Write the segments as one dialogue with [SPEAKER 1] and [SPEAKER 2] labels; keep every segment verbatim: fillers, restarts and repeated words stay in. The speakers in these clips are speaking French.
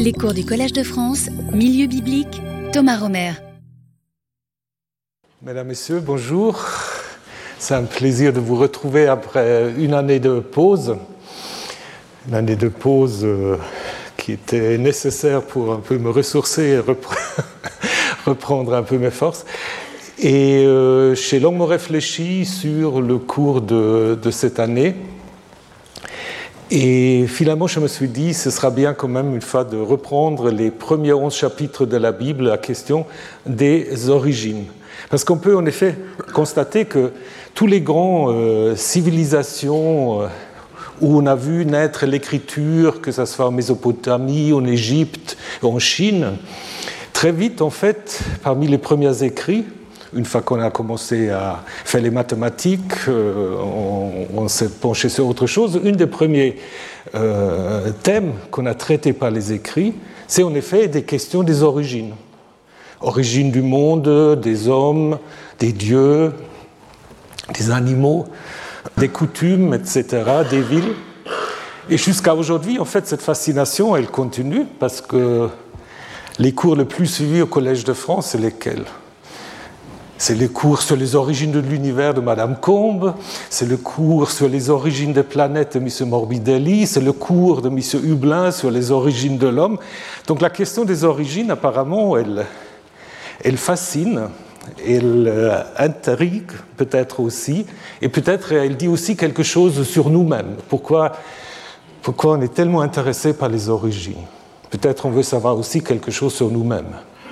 [SPEAKER 1] Les cours du Collège de France, Milieu biblique, Thomas Romer.
[SPEAKER 2] Mesdames, Messieurs, bonjour. C'est un plaisir de vous retrouver après une année de pause. Une année de pause euh, qui était nécessaire pour un peu me ressourcer et repre- reprendre un peu mes forces. Et euh, j'ai longuement réfléchi sur le cours de, de cette année. Et finalement, je me suis dit, ce sera bien quand même une fois de reprendre les premiers onze chapitres de la Bible, la question des origines. Parce qu'on peut en effet constater que tous les grands euh, civilisations euh, où on a vu naître l'écriture, que ce soit en Mésopotamie, en Égypte, en Chine, très vite, en fait, parmi les premiers écrits, une fois qu'on a commencé à faire les mathématiques, euh, on, on s'est penché sur autre chose. Un des premiers euh, thèmes qu'on a traités par les écrits, c'est en effet des questions des origines. Origine du monde, des hommes, des dieux, des animaux, des coutumes, et cetera, des villes. Et jusqu'à aujourd'hui, en fait, cette fascination, elle continue, parce que les cours les plus suivis au Collège de France, c'est lesquels ? C'est le cours sur les origines de l'univers de Madame Combes, c'est le cours sur les origines des planètes de M. Morbidelli, c'est le cours de M. Hublin sur les origines de l'homme. Donc la question des origines, apparemment, elle, elle fascine, elle euh, intrigue peut-être aussi, et peut-être elle dit aussi quelque chose sur nous-mêmes. Pourquoi, pourquoi on est tellement intéressé par les origines ? Peut-être on veut savoir aussi quelque chose sur nous-mêmes.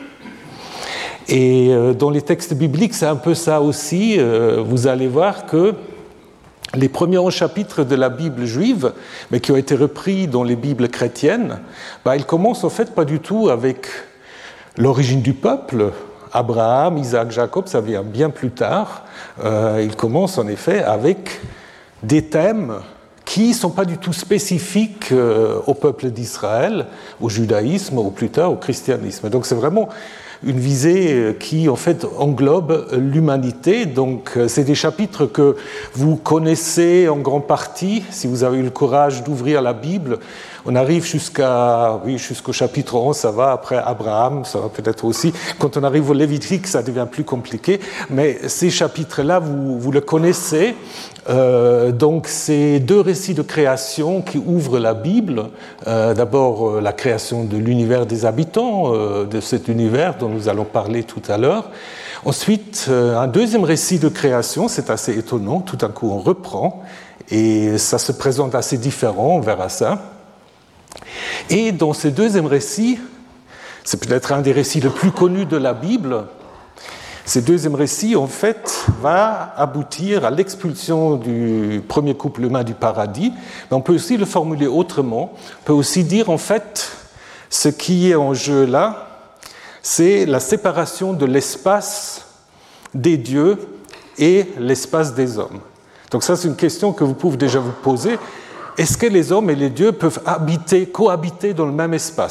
[SPEAKER 2] Et dans les textes bibliques, c'est un peu ça aussi. Vous allez voir que les premiers onze chapitres de la Bible juive, mais qui ont été repris dans les Bibles chrétiennes, bah, ils commencent en fait pas du tout avec l'origine du peuple. Abraham, Isaac, Jacob, ça vient bien plus tard. Euh, ils commencent en effet avec des thèmes qui ne sont pas du tout spécifiques euh, au peuple d'Israël, au judaïsme, ou plus tard au christianisme. Donc c'est vraiment une visée qui, en fait, englobe l'humanité. Donc, c'est des chapitres que vous connaissez en grande partie, si vous avez eu le courage d'ouvrir la Bible. On arrive jusqu'à, oui, jusqu'au chapitre onze, ça va, après Abraham, ça va peut-être aussi. Quand on arrive au Lévitique, ça devient plus compliqué. Mais ces chapitres-là, vous, vous le connaissez. Euh, donc, c'est deux récits de création qui ouvrent la Bible. Euh, d'abord, euh, la création de l'univers des habitants, euh, de cet univers dont nous allons parler tout à l'heure. Ensuite, euh, un deuxième récit de création, c'est assez étonnant. Tout d'un coup, on reprend et ça se présente assez différent, on verra ça. Et dans ce deuxième récit, c'est peut-être un des récits les plus connus de la Bible. Ce deuxième récit, en fait, va aboutir à l'expulsion du premier couple humain du paradis. Mais on peut aussi le formuler autrement. On peut aussi dire, en fait, ce qui est en jeu là, c'est la séparation de l'espace des dieux et l'espace des hommes. Donc ça, c'est une question que vous pouvez déjà vous poser. Est-ce que les hommes et les dieux peuvent habiter, cohabiter dans le même espace ?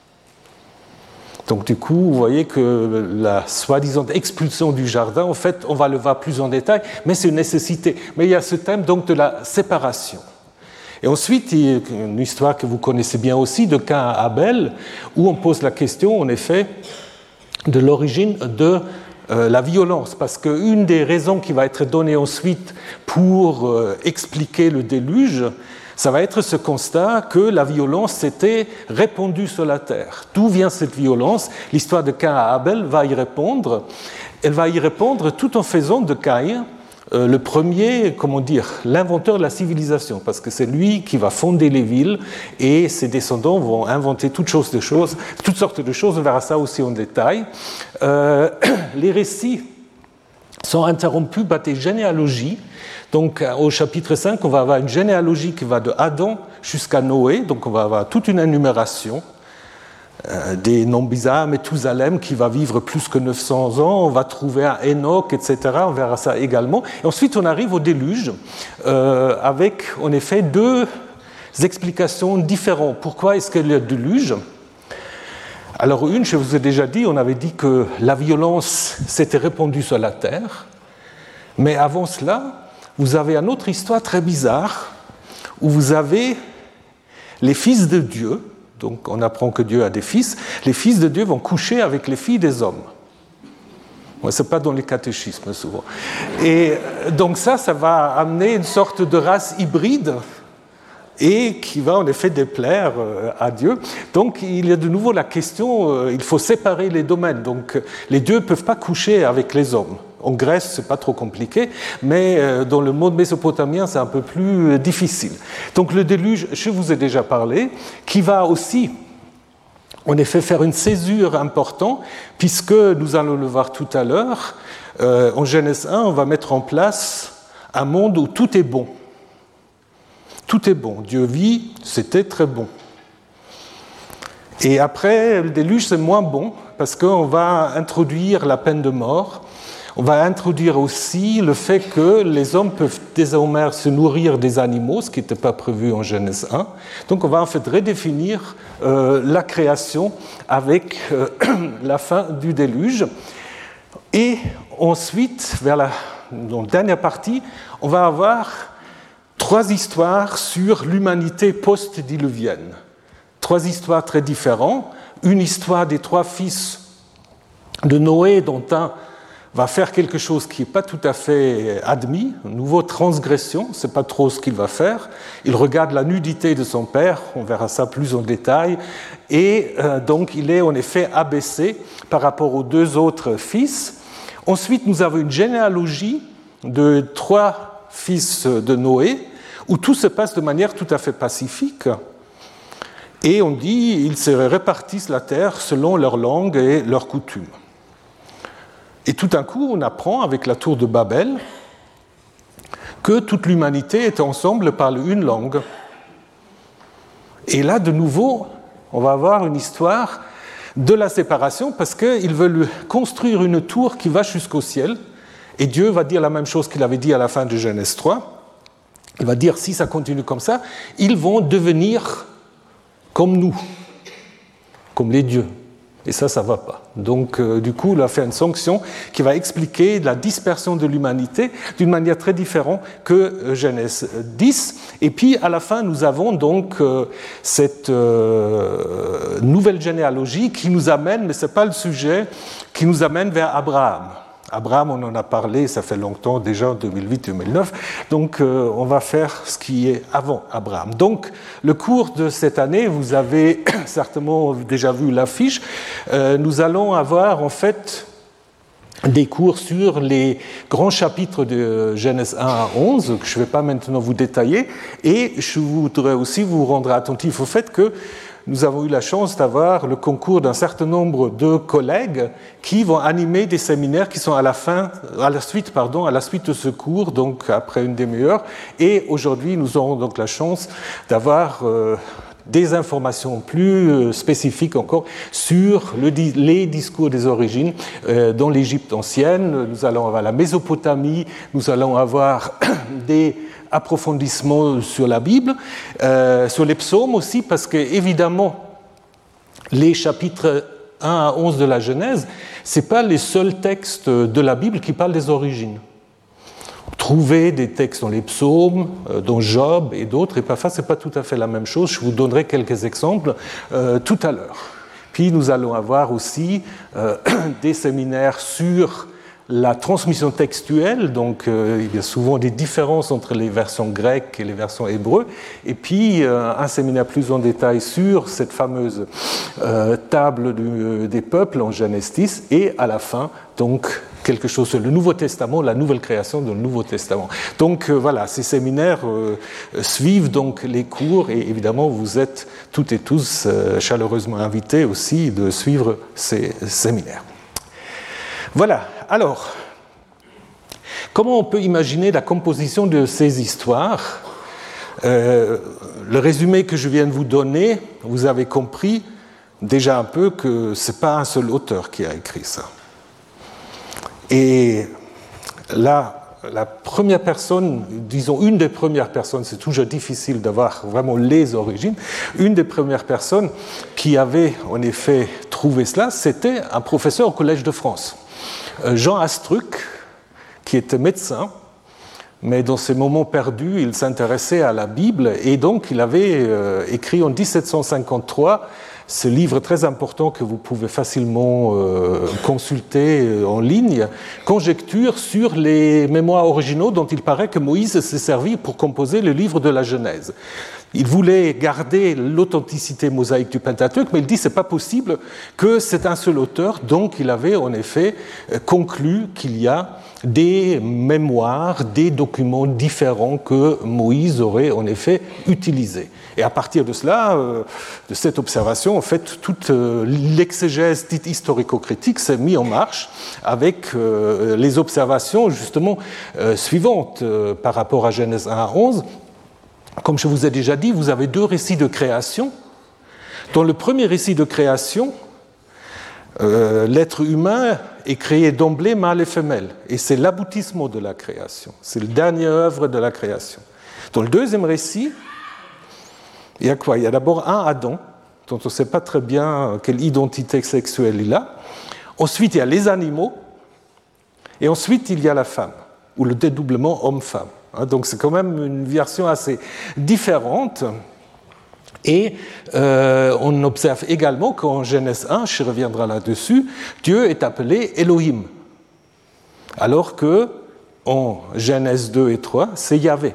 [SPEAKER 2] Donc du coup, vous voyez que la soi-disant expulsion du jardin, en fait, on va le voir plus en détail, mais c'est une nécessité. Mais il y a ce thème donc de la séparation. Et ensuite, il y a une histoire que vous connaissez bien aussi, de Caïn à Abel, où on pose la question, en effet, de l'origine de euh, la violence. Parce qu'une des raisons qui va être donnée ensuite pour euh, expliquer le déluge, ça va être ce constat que la violence s'était répandue sur la terre. D'où vient cette violence ? L'histoire de Caïn à Abel va y répondre. Elle va y répondre tout en faisant de Caïn euh, le premier, comment dire, l'inventeur de la civilisation, parce que c'est lui qui va fonder les villes et ses descendants vont inventer toutes, choses de choses, toutes sortes de choses. On verra ça aussi en détail. Euh, les récits sont interrompus par des généalogies. Donc, au chapitre cinq, on va avoir une généalogie qui va de Adam jusqu'à Noé. Donc, on va avoir toute une énumération euh, des noms bizarres, Méthusalem qui va vivre plus que neuf cents ans. On va trouver un Enoch, et cetera. On verra ça également. Et ensuite, on arrive au déluge euh, avec, en effet, deux explications différentes. Pourquoi est-ce qu'il y a le déluge ? Alors, une, je vous ai déjà dit, on avait dit que la violence s'était répandue sur la terre. Mais avant cela, vous avez une autre histoire très bizarre où vous avez les fils de Dieu, Donc on apprend que Dieu a des fils. Les fils de Dieu vont coucher avec les filles des hommes. Ce n'est pas dans les catéchismes souvent. Et donc ça, ça va amener une sorte de race hybride et qui va en effet déplaire à Dieu. Donc il y a de nouveau la question, il faut séparer les domaines. Donc les dieux ne peuvent pas coucher avec les hommes. En Grèce, ce n'est pas trop compliqué, mais dans le monde mésopotamien, c'est un peu plus difficile. Donc le déluge, je vous ai déjà parlé, qui va aussi, en effet, faire une césure importante, puisque, nous allons le voir tout à l'heure, euh, en Genèse un, on va mettre en place un monde où tout est bon. Tout est bon. Dieu vit, c'était très bon. Et après, le déluge, c'est moins bon, parce qu'on va introduire la peine de mort. On va introduire aussi le fait que les hommes peuvent désormais se nourrir des animaux, ce qui n'était pas prévu en Genèse un. Donc on va en fait redéfinir euh, la création avec euh, la fin du déluge. Et ensuite, vers la donc, dernière partie, on va avoir trois histoires sur l'humanité post-diluvienne. Trois histoires très différentes. Une histoire des trois fils de Noé, dont un va faire quelque chose qui n'est pas tout à fait admis, une nouvelle transgression, ce n'est pas trop ce qu'il va faire. Il regarde la nudité de son père, on verra ça plus en détail, et euh, donc il est en effet abaissé par rapport aux deux autres fils. Ensuite, nous avons une généalogie de trois fils de Noé, où tout se passe de manière tout à fait pacifique, et on dit qu'ils se répartissent la terre selon leur langue et leurs coutumes. Et tout d'un coup, on apprend avec la tour de Babel que toute l'humanité est ensemble, parle une langue. Et là, de nouveau, on va avoir une histoire de la séparation parce qu'ils veulent construire une tour qui va jusqu'au ciel. Et Dieu va dire la même chose qu'il avait dit à la fin de Genèse trois. Il va dire, si ça continue comme ça, ils vont devenir comme nous, comme les dieux. Et ça, ça ne va pas. Donc, euh, du coup, il a fait une sanction qui va expliquer la dispersion de l'humanité d'une manière très différente que euh, Genèse dix. Et puis, à la fin, nous avons donc euh, cette euh, nouvelle généalogie qui nous amène, mais ce n'est pas le sujet, qui nous amène vers Abraham. Abraham, on en a parlé, ça fait longtemps, déjà en deux mille huit deux mille neuf. Donc, euh, on va faire ce qui est avant Abraham. Donc, le cours de cette année, vous avez certainement déjà vu l'affiche. Euh, nous allons avoir, en fait, des cours sur les grands chapitres de Genèse un à onze, que je ne vais pas maintenant vous détailler. Et je voudrais aussi vous rendre attentif au fait que nous avons eu la chance d'avoir le concours d'un certain nombre de collègues qui vont animer des séminaires qui sont à la fin, à la suite, pardon, à la suite de ce cours, donc après une demi-heure. Et aujourd'hui, nous aurons donc la chance d'avoir euh, des informations plus spécifiques encore sur le, les discours des origines euh, dans l'Égypte ancienne. Nous allons avoir la Mésopotamie, nous allons avoir des approfondissement sur la Bible, euh, sur les psaumes aussi, parce que évidemment, les chapitres un à onze de la Genèse, ce n'est pas les seuls textes de la Bible qui parlent des origines. Trouver des textes dans les psaumes, euh, dans Job et d'autres, et parfois ce n'est pas tout à fait la même chose. Je vous donnerai quelques exemples euh, tout à l'heure. Puis nous allons avoir aussi euh, des séminaires sur la transmission textuelle, donc euh, il y a souvent des différences entre les versions grecques et les versions hébreux, et puis euh, un séminaire plus en détail sur cette fameuse euh, table du, des peuples en Genèse dix, et à la fin, donc, quelque chose sur le Nouveau Testament, la nouvelle création dans le Nouveau Testament. Donc euh, voilà, ces séminaires euh, suivent donc les cours, et évidemment vous êtes toutes et tous euh, chaleureusement invités aussi de suivre ces séminaires. Voilà, alors, comment on peut imaginer la composition de ces histoires ? euh, Le résumé que je viens de vous donner, vous avez compris déjà un peu que ce n'est pas un seul auteur qui a écrit ça. Et là, la première personne, disons une des premières personnes, c'est toujours difficile d'avoir vraiment les origines, une des premières personnes qui avait en effet trouvé cela, c'était un professeur au Collège de France. Jean Astruc, qui était médecin, mais dans ces moments perdus, il s'intéressait à la Bible et donc il avait euh, écrit en dix-sept cent cinquante-trois ce livre très important que vous pouvez facilement euh, consulter en ligne, Conjectures sur les mémoires originaux dont il paraît que Moïse s'est servi pour composer le livre de la Genèse. Il voulait garder l'authenticité mosaïque du Pentateuque, mais il dit que ce n'est pas possible que c'est un seul auteur, donc il avait en effet conclu qu'il y a des mémoires, des documents différents que Moïse aurait en effet utilisés. Et à partir de cela, de cette observation, en fait, toute l'exégèse dite historico-critique s'est mise en marche avec les observations justement suivantes par rapport à Genèse un à onze. Comme je vous ai déjà dit, vous avez deux récits de création. Dans le premier récit de création, euh, l'être humain est créé d'emblée mâle et femelle, et c'est l'aboutissement de la création. C'est la dernière œuvre de la création. Dans le deuxième récit, il y a quoi ? Il y a d'abord un Adam, dont on ne sait pas très bien quelle identité sexuelle il a. Ensuite, il y a les animaux, et ensuite, il y a la femme, ou le dédoublement homme-femme. Donc c'est quand même une version assez différente. Et euh, on observe également qu'en Genèse un, je reviendrai là-dessus, Dieu est appelé Elohim, alors qu'en Genèse deux et trois, c'est Yahvé.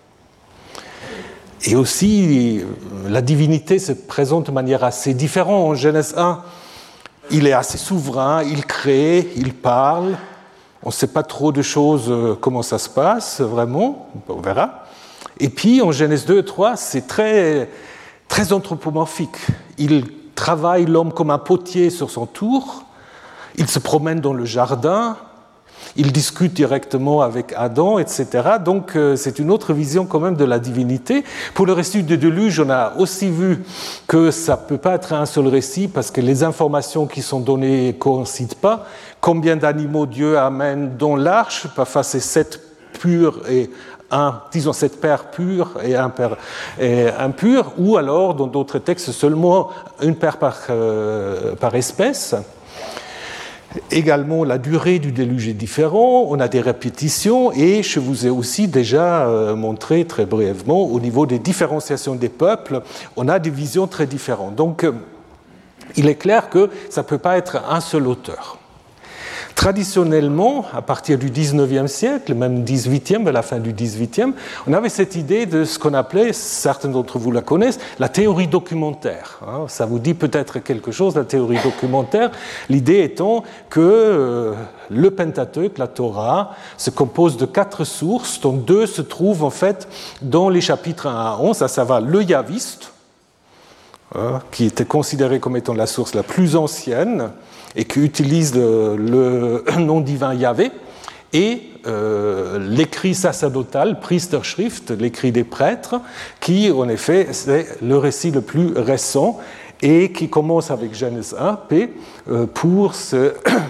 [SPEAKER 2] Et aussi, la divinité se présente de manière assez différente. En Genèse un, il est assez souverain, il crée, il parle. On ne sait pas trop de choses, comment ça se passe, vraiment, on verra. Et puis, en Genèse deux et trois, c'est très, très anthropomorphique. Il travaille l'homme comme un potier sur son tour, il se promène dans le jardin, il discute directement avec Adam, et cetera. Donc, c'est une autre vision quand même de la divinité. Pour le récit du déluge, on a aussi vu que ça ne peut pas être un seul récit parce que les informations qui sont données ne coïncident pas. Combien d'animaux Dieu amène dans l'arche ? Parfois, c'est sept purs et un, disons sept pères purs et un père et impur, ou alors, dans d'autres textes, seulement une paire par, euh, par espèce. Également, la durée du déluge est différente, on a des répétitions, et je vous ai aussi déjà montré très brièvement, au niveau des différenciations des peuples, on a des visions très différentes. Donc, il est clair que ça ne peut pas être un seul auteur. Traditionnellement, à partir du dix-neuvième siècle, même dix-huitième, à la fin du dix-huitième, on avait cette idée de ce qu'on appelait, certains d'entre vous la connaissent, la théorie documentaire. Ça vous dit peut-être quelque chose, la théorie documentaire. L'idée étant que euh, le Pentateuque, la Torah, se compose de quatre sources, dont deux se trouvent en fait dans les chapitres un à onze, à savoir le Yaviste, hein, qui était considéré comme étant la source la plus ancienne, et qui utilise le, le nom divin Yahvé, et euh, l'écrit sacerdotal, Priesterschrift, l'écrit des prêtres, qui en effet c'est le récit le plus récent et qui commence avec Genèse un, P, euh, pour se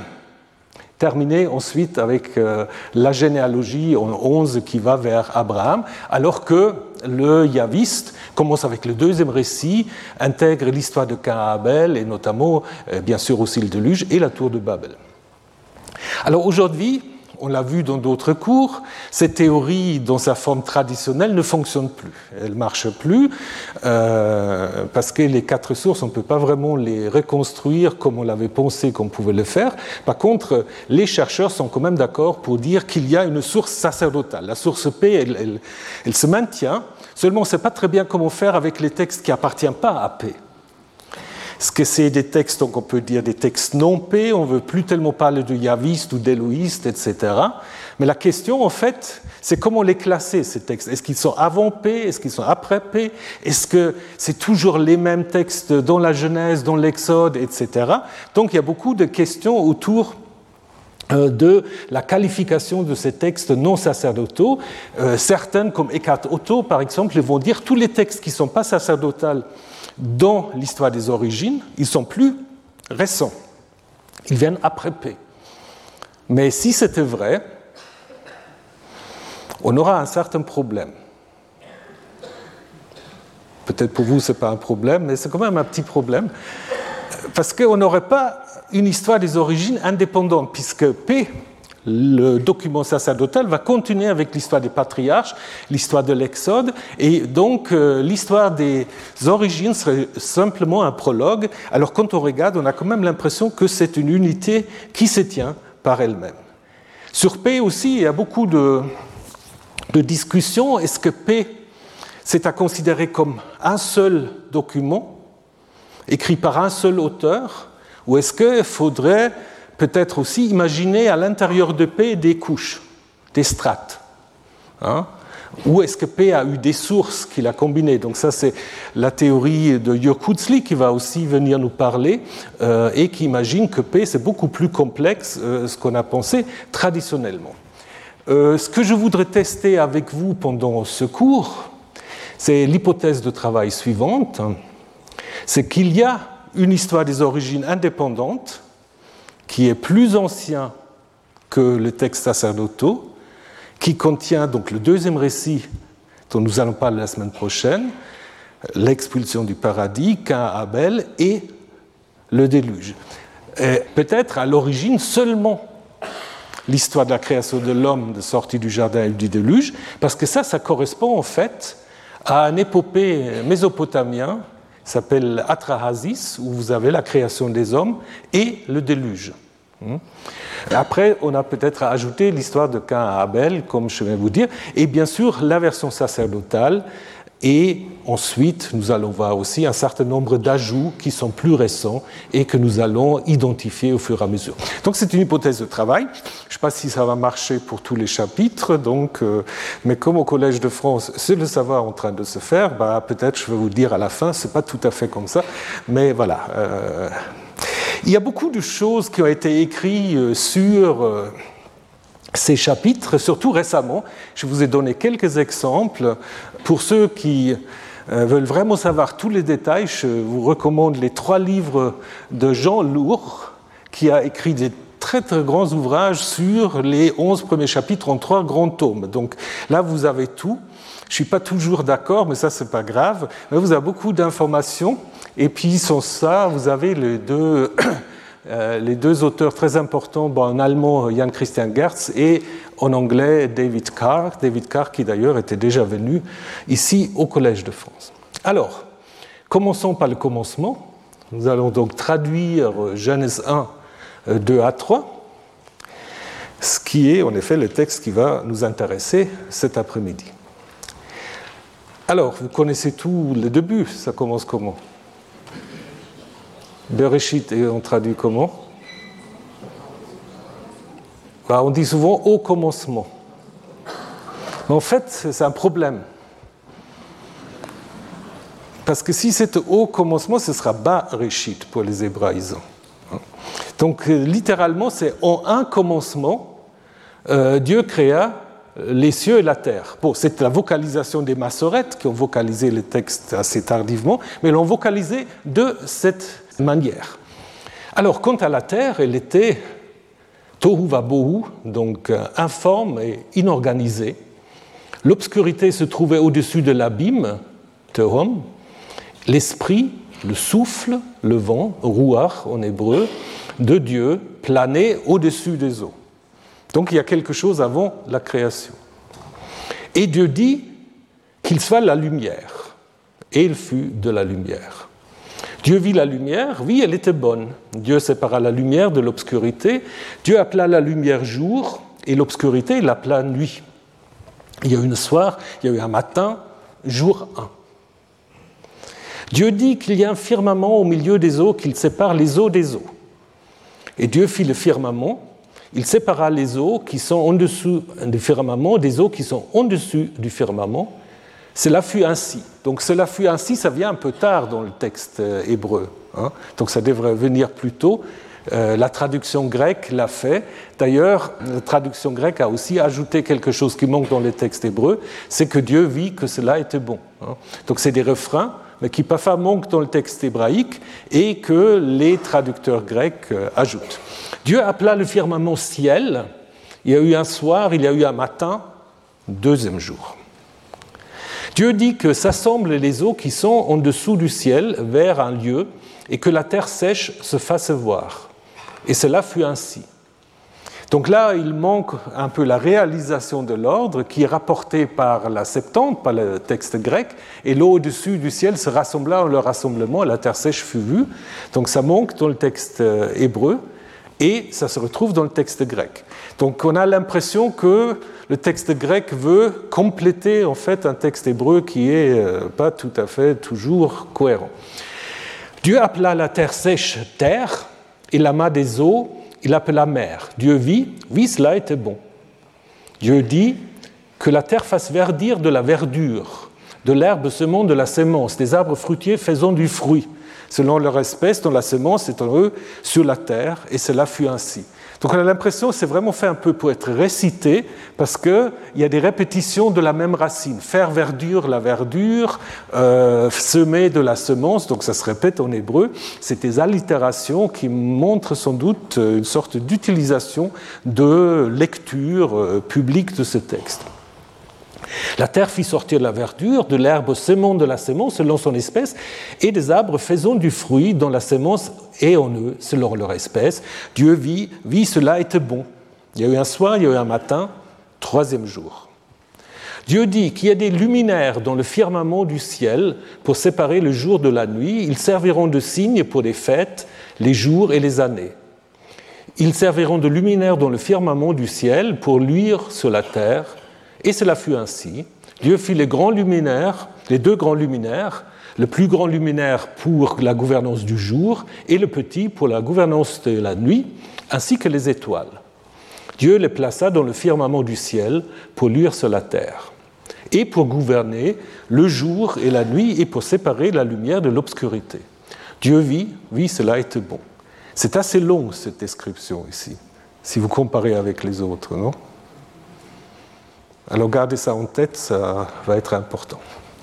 [SPEAKER 2] terminer ensuite avec euh, la généalogie en onze qui va vers Abraham, alors que le Yaviste commence avec le deuxième récit, intègre l'histoire de Caïn et Abel, et notamment, euh, bien sûr aussi le déluge et la tour de Babel. Alors aujourd'hui, on l'a vu dans d'autres cours, cette théorie, dans sa forme traditionnelle, ne fonctionne plus. Elle ne marche plus, euh, parce que les quatre sources, on ne peut pas vraiment les reconstruire comme on l'avait pensé qu'on pouvait le faire. Par contre, les chercheurs sont quand même d'accord pour dire qu'il y a une source sacerdotale. La source P, elle, elle, elle se maintient, seulement on ne sait pas très bien comment faire avec les textes qui n'appartiennent pas à P. Est-ce que c'est des textes, donc on peut dire des textes non P, on ne veut plus tellement parler de yaviste ou d'éloïste, et cetera. Mais la question, en fait, c'est comment les classer, ces textes. Est-ce qu'ils sont avant P? Est-ce qu'ils sont après P? Est-ce que c'est toujours les mêmes textes dans la Genèse, dans l'Exode, et cetera. Donc il y a beaucoup de questions autour de la qualification de ces textes non sacerdotaux. Euh, certaines, comme Eckhart Otto, par exemple, vont dire tous les textes qui ne sont pas sacerdotaux dans l'histoire des origines, ils sont plus récents. Ils viennent après P. Mais si c'était vrai, on aura un certain problème. Peut-être pour vous, ce n'est pas un problème, mais c'est quand même un petit problème. Parce qu'on n'aurait pas une histoire des origines indépendante, puisque P, le document sacerdotal va continuer avec l'histoire des patriarches, l'histoire de l'Exode, et donc euh, l'histoire des origines serait simplement un prologue. Alors quand on regarde, on a quand même l'impression que c'est une unité qui se tient par elle-même. Sur P aussi, il y a beaucoup de, de discussions. Est-ce que P, c'est à considérer comme un seul document, écrit par un seul auteur, ou est-ce qu'il faudrait peut-être aussi imaginer à l'intérieur de P des couches, des strates, hein? Ou est-ce que P a eu des sources qu'il a combinées? Donc ça, c'est la théorie de Jörg Huxley qui va aussi venir nous parler euh, et qui imagine que P, c'est beaucoup plus complexe euh, ce qu'on a pensé traditionnellement. Euh, ce que je voudrais tester avec vous pendant ce cours, c'est l'hypothèse de travail suivante, c'est qu'il y a une histoire des origines indépendante qui est plus ancien que le texte sacerdotaux, qui contient donc le deuxième récit dont nous allons parler la semaine prochaine, l'expulsion du paradis, Caïn, Abel et le déluge. Et peut-être à l'origine seulement l'histoire de la création de l'homme, de sortie du jardin et du déluge, parce que ça, ça correspond en fait à un épopée mésopotamien qui s'appelle Atrahasis, où vous avez la création des hommes et le déluge. Après, on a peut-être à ajouter l'histoire de Caïn et Abel, comme je vais vous dire, et bien sûr la version sacerdotale, et ensuite nous allons voir aussi un certain nombre d'ajouts qui sont plus récents et que nous allons identifier au fur et à mesure. Donc c'est une hypothèse de travail. Je ne sais pas si ça va marcher pour tous les chapitres, donc, euh, mais comme au Collège de France, c'est le savoir en train de se faire, bah, peut-être je vais vous dire à la fin, ce n'est pas tout à fait comme ça, mais voilà. Euh, il y a beaucoup de choses qui ont été écrites sur euh, ces chapitres, surtout récemment. Je vous ai donné quelques exemples. Pour ceux qui euh, veulent vraiment savoir tous les détails, je vous recommande les trois livres de Jean Lourd, qui a écrit des très très grands ouvrages sur les onze premiers chapitres en trois grands tomes. Donc là, vous avez tout. Je ne suis pas toujours d'accord, mais ça, ce n'est pas grave. Mais vous avez beaucoup d'informations. Et puis, sans ça, vous avez les deux, euh, les deux auteurs très importants, bon, en allemand, Jan Christian Gertz, et en anglais, David Carr. David Carr, qui d'ailleurs était déjà venu ici au Collège de France. Alors, commençons par le commencement. Nous allons donc traduire Genèse un, deux à trois, ce qui est en effet le texte qui va nous intéresser cet après-midi. Alors, vous connaissez tout le début, ça commence comment? Bereshit, et on traduit comment? Ben, on dit souvent au commencement. Mais en fait, c'est un problème. Parce que si c'est au commencement, ce sera Bereshit pour les hébraïsants. Donc, littéralement, c'est en un commencement, euh, Dieu créa les cieux et la terre. Bon, c'est la vocalisation des Massorètes qui ont vocalisé le texte assez tardivement, mais l'ont vocalisé de cette manière. Alors, quant à la terre, elle était tohu vabohu, donc informe et inorganisée. L'obscurité se trouvait au-dessus de l'abîme, tehom. L'esprit, le souffle, le vent, ruach en hébreu, de Dieu planait au-dessus des eaux. Donc il y a quelque chose avant la création. Et Dieu dit qu'il soit la lumière. Et il fut de la lumière. Dieu vit la lumière, oui, elle était bonne. Dieu sépara la lumière de l'obscurité. Dieu appela la lumière jour, et l'obscurité, il l'appela nuit. Il y a eu un soir, il y a eu un matin, jour un. Dieu dit qu'il y a un firmament au milieu des eaux, qu'il sépare les eaux des eaux. Et Dieu fit le firmament. Il sépara les eaux qui sont en dessous du firmament des eaux qui sont en dessus du firmament. Cela fut ainsi. Donc cela fut ainsi, ça vient un peu tard dans le texte hébreu. Hein. Donc ça devrait venir plus tôt. Euh, la traduction grecque l'a fait. D'ailleurs, la traduction grecque a aussi ajouté quelque chose qui manque dans les textes hébreux, c'est que Dieu vit que cela était bon. Hein. Donc c'est des refrains, mais qui parfois manquent dans le texte hébraïque et que les traducteurs grecs euh, ajoutent. Dieu appela le firmament ciel. Il y a eu un soir, il y a eu un matin, deuxième jour. Dieu dit que s'assemblent les eaux qui sont en dessous du ciel vers un lieu et que la terre sèche se fasse voir. Et cela fut ainsi. Donc là, il manque un peu la réalisation de l'ordre qui est rapportée par la Septante, par le texte grec, et l'eau au-dessus du ciel se rassembla en le rassemblement, et la terre sèche fut vue. Donc ça manque dans le texte hébreu, et ça se retrouve dans le texte grec. Donc on a l'impression que le texte grec veut compléter en fait un texte hébreu qui n'est pas tout à fait toujours cohérent. Dieu appela la terre sèche terre, et l'amas des eaux il appela mer. Dieu vit, vit, cela était bon. Dieu dit que la terre fasse verdir de la verdure, de l'herbe semant de la sémence, des arbres fruitiers faisant du fruit, selon leur espèce, dont la sémence est en eux sur la terre, et cela fut ainsi. Donc on a l'impression que c'est vraiment fait un peu pour être récité, parce qu'il y a des répétitions de la même racine. Faire verdure la verdure, euh, semer de la semence, donc ça se répète en hébreu. C'est des allitérations qui montrent sans doute une sorte d'utilisation de lecture euh, publique de ce texte. La terre fit sortir de la verdure, de l'herbe semant de la sémence selon son espèce, et des arbres faisant du fruit dont la sémence est en eux selon leur espèce. Dieu vit, vit, cela était bon. Il y a eu un soir, il y a eu un matin, troisième jour. Dieu dit qu'il y a des luminaires dans le firmament du ciel pour séparer le jour de la nuit. Ils serviront de signes pour les fêtes, les jours et les années. Ils serviront de luminaires dans le firmament du ciel pour luire sur la terre. Et cela fut ainsi. Dieu fit les grands luminaires, les deux grands luminaires, le plus grand luminaire pour la gouvernance du jour et le petit pour la gouvernance de la nuit, ainsi que les étoiles. Dieu les plaça dans le firmament du ciel pour luire sur la terre, et pour gouverner le jour et la nuit, et pour séparer la lumière de l'obscurité. Dieu vit, vit, cela était bon. C'est assez long, cette description ici, si vous comparez avec les autres, non ? Alors gardez ça en tête, ça va être important.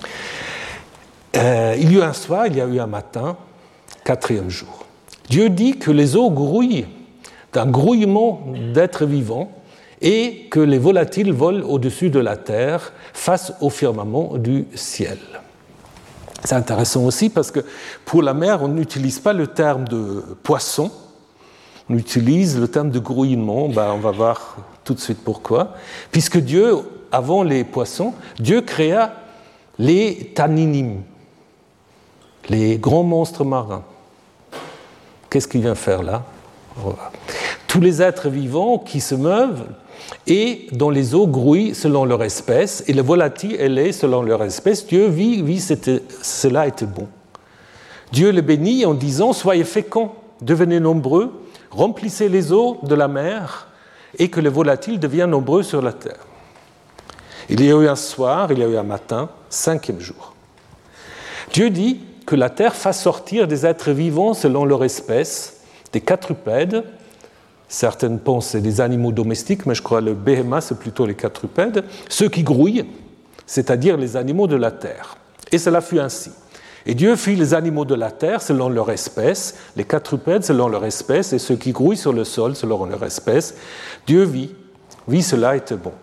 [SPEAKER 2] Euh, il y a eu un soir, il y a eu un matin, quatrième jour. Dieu dit que les eaux grouillent d'un grouillement d'êtres vivants et que les volatiles volent au-dessus de la terre face au firmament du ciel. C'est intéressant aussi parce que pour la mer, on n'utilise pas le terme de poisson, on utilise le terme de grouillement, ben, on va voir tout de suite pourquoi. Puisque Dieu, avant les poissons, Dieu créa les tanninim, les grands monstres marins. Qu'est-ce qu'il vient faire là ? Tous les êtres vivants qui se meuvent et dont les eaux grouillent selon leur espèce, et les volatiles et les selon leur espèce. Dieu vit, vit c'était, cela était bon. Dieu les bénit en disant « Soyez féconds, devenez nombreux, remplissez les eaux de la mer, et que les volatiles deviennent nombreux sur la terre. » Il y a eu un soir, il y a eu un matin, cinquième jour. Dieu dit que la terre fasse sortir des êtres vivants selon leur espèce, des quadrupèdes. Certaines pensent que c'est des animaux domestiques, mais je crois que le béhéma, c'est plutôt les quadrupèdes, ceux qui grouillent, c'est-à-dire les animaux de la terre. Et cela fut ainsi. Et Dieu fit les animaux de la terre selon leur espèce, les quadrupèdes selon leur espèce, et ceux qui grouillent sur le sol selon leur espèce. Dieu vit, vit, cela était bon.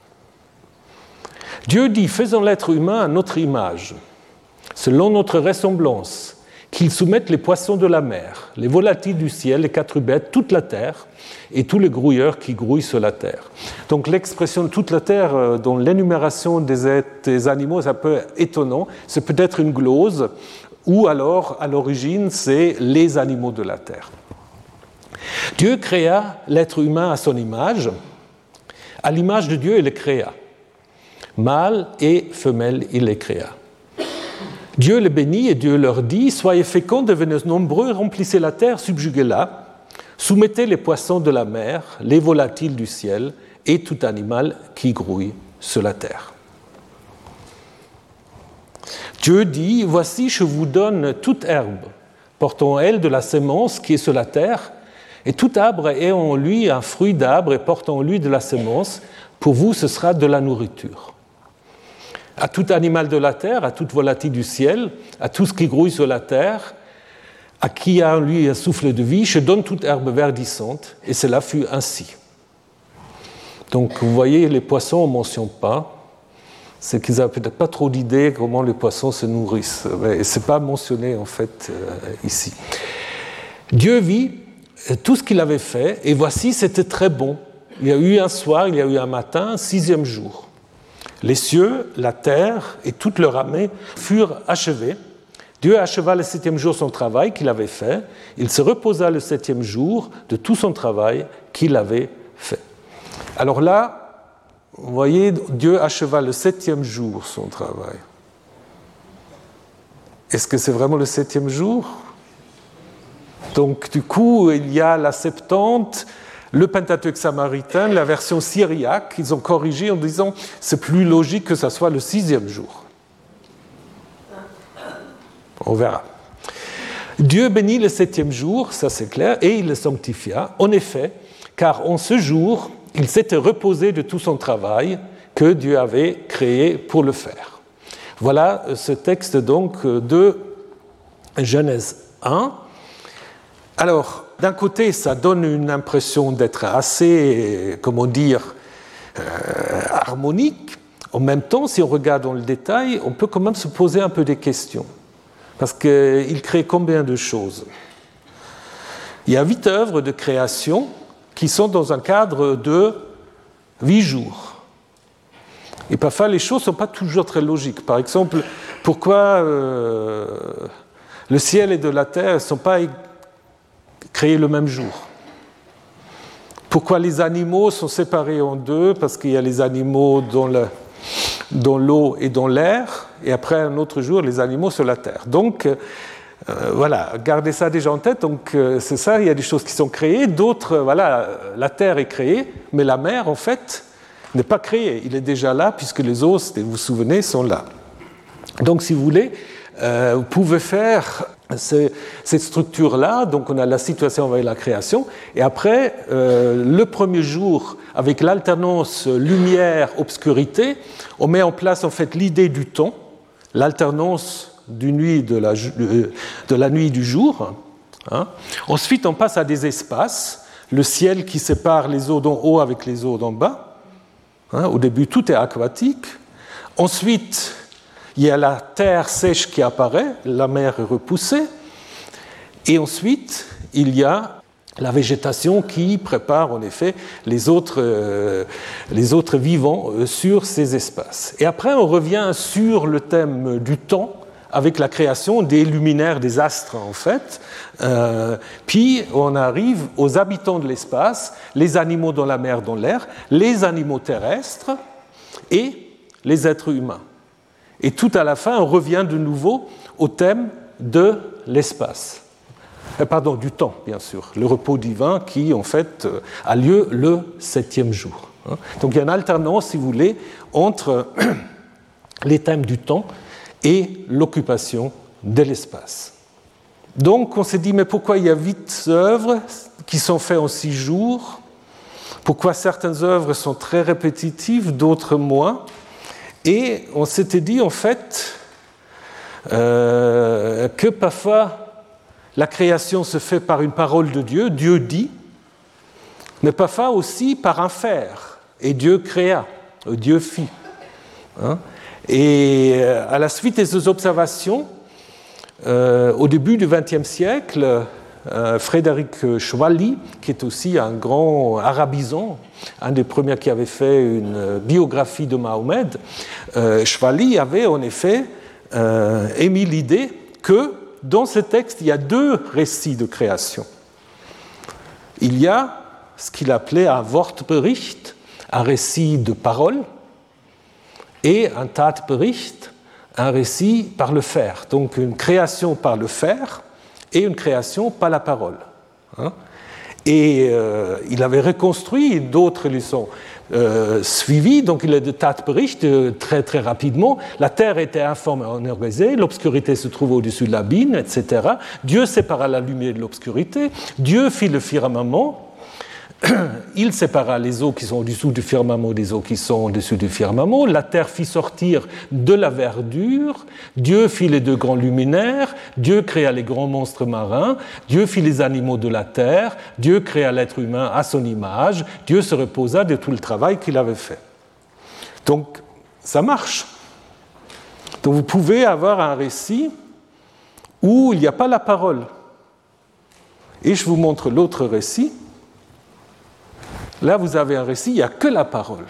[SPEAKER 2] Dieu dit, faisons l'être humain à notre image, selon notre ressemblance, qu'ils soumettent les poissons de la mer, les volatiles du ciel, les quadrupèdes, toute la terre, et tous les grouilleurs qui grouillent sur la terre. Donc l'expression toute la terre, dans l'énumération des, des animaux, c'est un peu étonnant. C'est peut-être une glose, ou alors, à l'origine, c'est les animaux de la terre. Dieu créa l'être humain à son image. À l'image de Dieu, il le créa. Mâle et femelle, il les créa. Dieu les bénit et Dieu leur dit « Soyez féconds, devenez nombreux, remplissez la terre, subjuguez-la. Soumettez les poissons de la mer, les volatiles du ciel et tout animal qui grouille sur la terre. » Dieu dit « Voici, je vous donne toute herbe, portant elle de la sémence qui est sur la terre, et tout arbre ayant en lui un fruit d'arbre et portant en lui de la sémence, pour vous ce sera de la nourriture. À tout animal de la terre, à toute volatile du ciel, à tout ce qui grouille sur la terre, à qui a en lui un souffle de vie, je donne toute herbe verdissante, et cela fut ainsi. » Donc vous voyez, les poissons, on ne mentionne pas. C'est qu'ils n'avaient peut-être pas trop d'idées comment les poissons se nourrissent. Mais ce n'est pas mentionné en fait euh, ici. Dieu vit tout ce qu'il avait fait, et voici, c'était très bon. il y a eu un soir, il y a eu un matin, sixième jour. Les cieux, la terre et toute leur armée furent achevés. Dieu acheva le septième jour son travail qu'il avait fait. Il se reposa le septième jour de tout son travail qu'il avait fait. Alors là, vous voyez, Dieu acheva le septième jour son travail. Est-ce que c'est vraiment le septième jour ? Donc, du coup, il y a la Septante, le Pentateuque samaritain, la version syriaque, ils ont corrigé en disant c'est plus logique que ça soit le sixième jour. On verra. Dieu bénit le septième jour, ça c'est clair, et il le sanctifia, en effet, car en ce jour, il s'était reposé de tout son travail que Dieu avait créé pour le faire. Voilà ce texte donc de Genèse un. Alors, d'un côté, ça donne une impression d'être assez, comment dire, euh, harmonique. En même temps, si on regarde dans le détail, on peut quand même se poser un peu des questions. Parce qu'il crée combien de choses ? Il y a huit œuvres de création qui sont dans un cadre de huit jours. Et parfois, les choses ne sont pas toujours très logiques. Par exemple, pourquoi euh, le ciel et de la terre ne sont pas créés le même jour ? Pourquoi les animaux sont séparés en deux ? Parce qu'il y a les animaux dans, le, dans l'eau et dans l'air, et après un autre jour, les animaux sur la terre. Donc, euh, voilà, gardez ça déjà en tête. Donc, euh, c'est ça, il y a des choses qui sont créées, d'autres, voilà, la terre est créée, mais la mer, en fait, n'est pas créée. Il est déjà là, puisque les eaux, vous vous souvenez, sont là. Donc, si vous voulez, euh, vous pouvez faire ce, cette structure-là. Donc, on a la situation avec la création. Et après, euh, le premier jour, avec l'alternance lumière-obscurité, on met en place, en fait, l'idée du temps, l'alternance du nuit de la, de la nuit du jour. Hein. Ensuite, on passe à des espaces, le ciel qui sépare les eaux d'en haut avec les eaux d'en bas. Hein. Au début, tout est aquatique. Ensuite, il y a la terre sèche qui apparaît, la mer est repoussée. Et ensuite, il y a la végétation qui prépare en effet les autres, euh, les autres vivants euh, sur ces espaces. Et après, on revient sur le thème du temps, avec la création des luminaires, des astres en fait. Euh, puis on arrive aux habitants de l'espace, les animaux dans la mer, dans l'air, les animaux terrestres et les êtres humains. Et tout à la fin, on revient de nouveau au thème de l'espace. Euh, pardon, du temps, bien sûr. Le repos divin qui, en fait, euh, a lieu le septième jour. Hein. Donc il y a une alternance, si vous voulez, entre les thèmes du temps et l'occupation de l'espace. Donc, on s'est dit, mais pourquoi il y a huit œuvres qui sont faites en six jours ? Pourquoi certaines œuvres sont très répétitives, d'autres moins ? Et on s'était dit, en fait, euh, que parfois la création se fait par une parole de Dieu, Dieu dit, mais parfois aussi par un faire, et Dieu créa, Dieu fit. Hein ? Et à la suite de ces observations, euh, au début du vingtième siècle, euh, Frédéric Chwali, qui est aussi un grand arabisant, un des premiers qui avait fait une biographie de Mahomet, euh, Chwali avait en effet euh, émis l'idée que dans ce texte, il y a deux récits de création. Il y a ce qu'il appelait un Wortbericht, un récit de parole, et un Tatbericht, un récit par le faire. Donc une création par le faire et une création par la parole. Hein? Et euh, il avait reconstruit, d'autres lui sont euh, suivis, donc il est de Tatbericht euh, très très rapidement. La terre était informe et organisée, l'obscurité se trouve au-dessus de l'abîme, et cetera. Dieu sépara la lumière de l'obscurité, Dieu fit le firmament. Il sépara les eaux qui sont au-dessous du firmament des eaux qui sont au-dessus du firmament. La terre fit sortir de la verdure. Dieu fit les deux grands luminaires. Dieu créa les grands monstres marins. Dieu fit les animaux de la terre. Dieu créa l'être humain à son image. Dieu se reposa de tout le travail qu'il avait fait. Donc, ça marche. Donc, vous pouvez avoir un récit où il n'y a pas la parole. Et je vous montre l'autre récit. Là, vous avez un récit, il n'y a que la parole.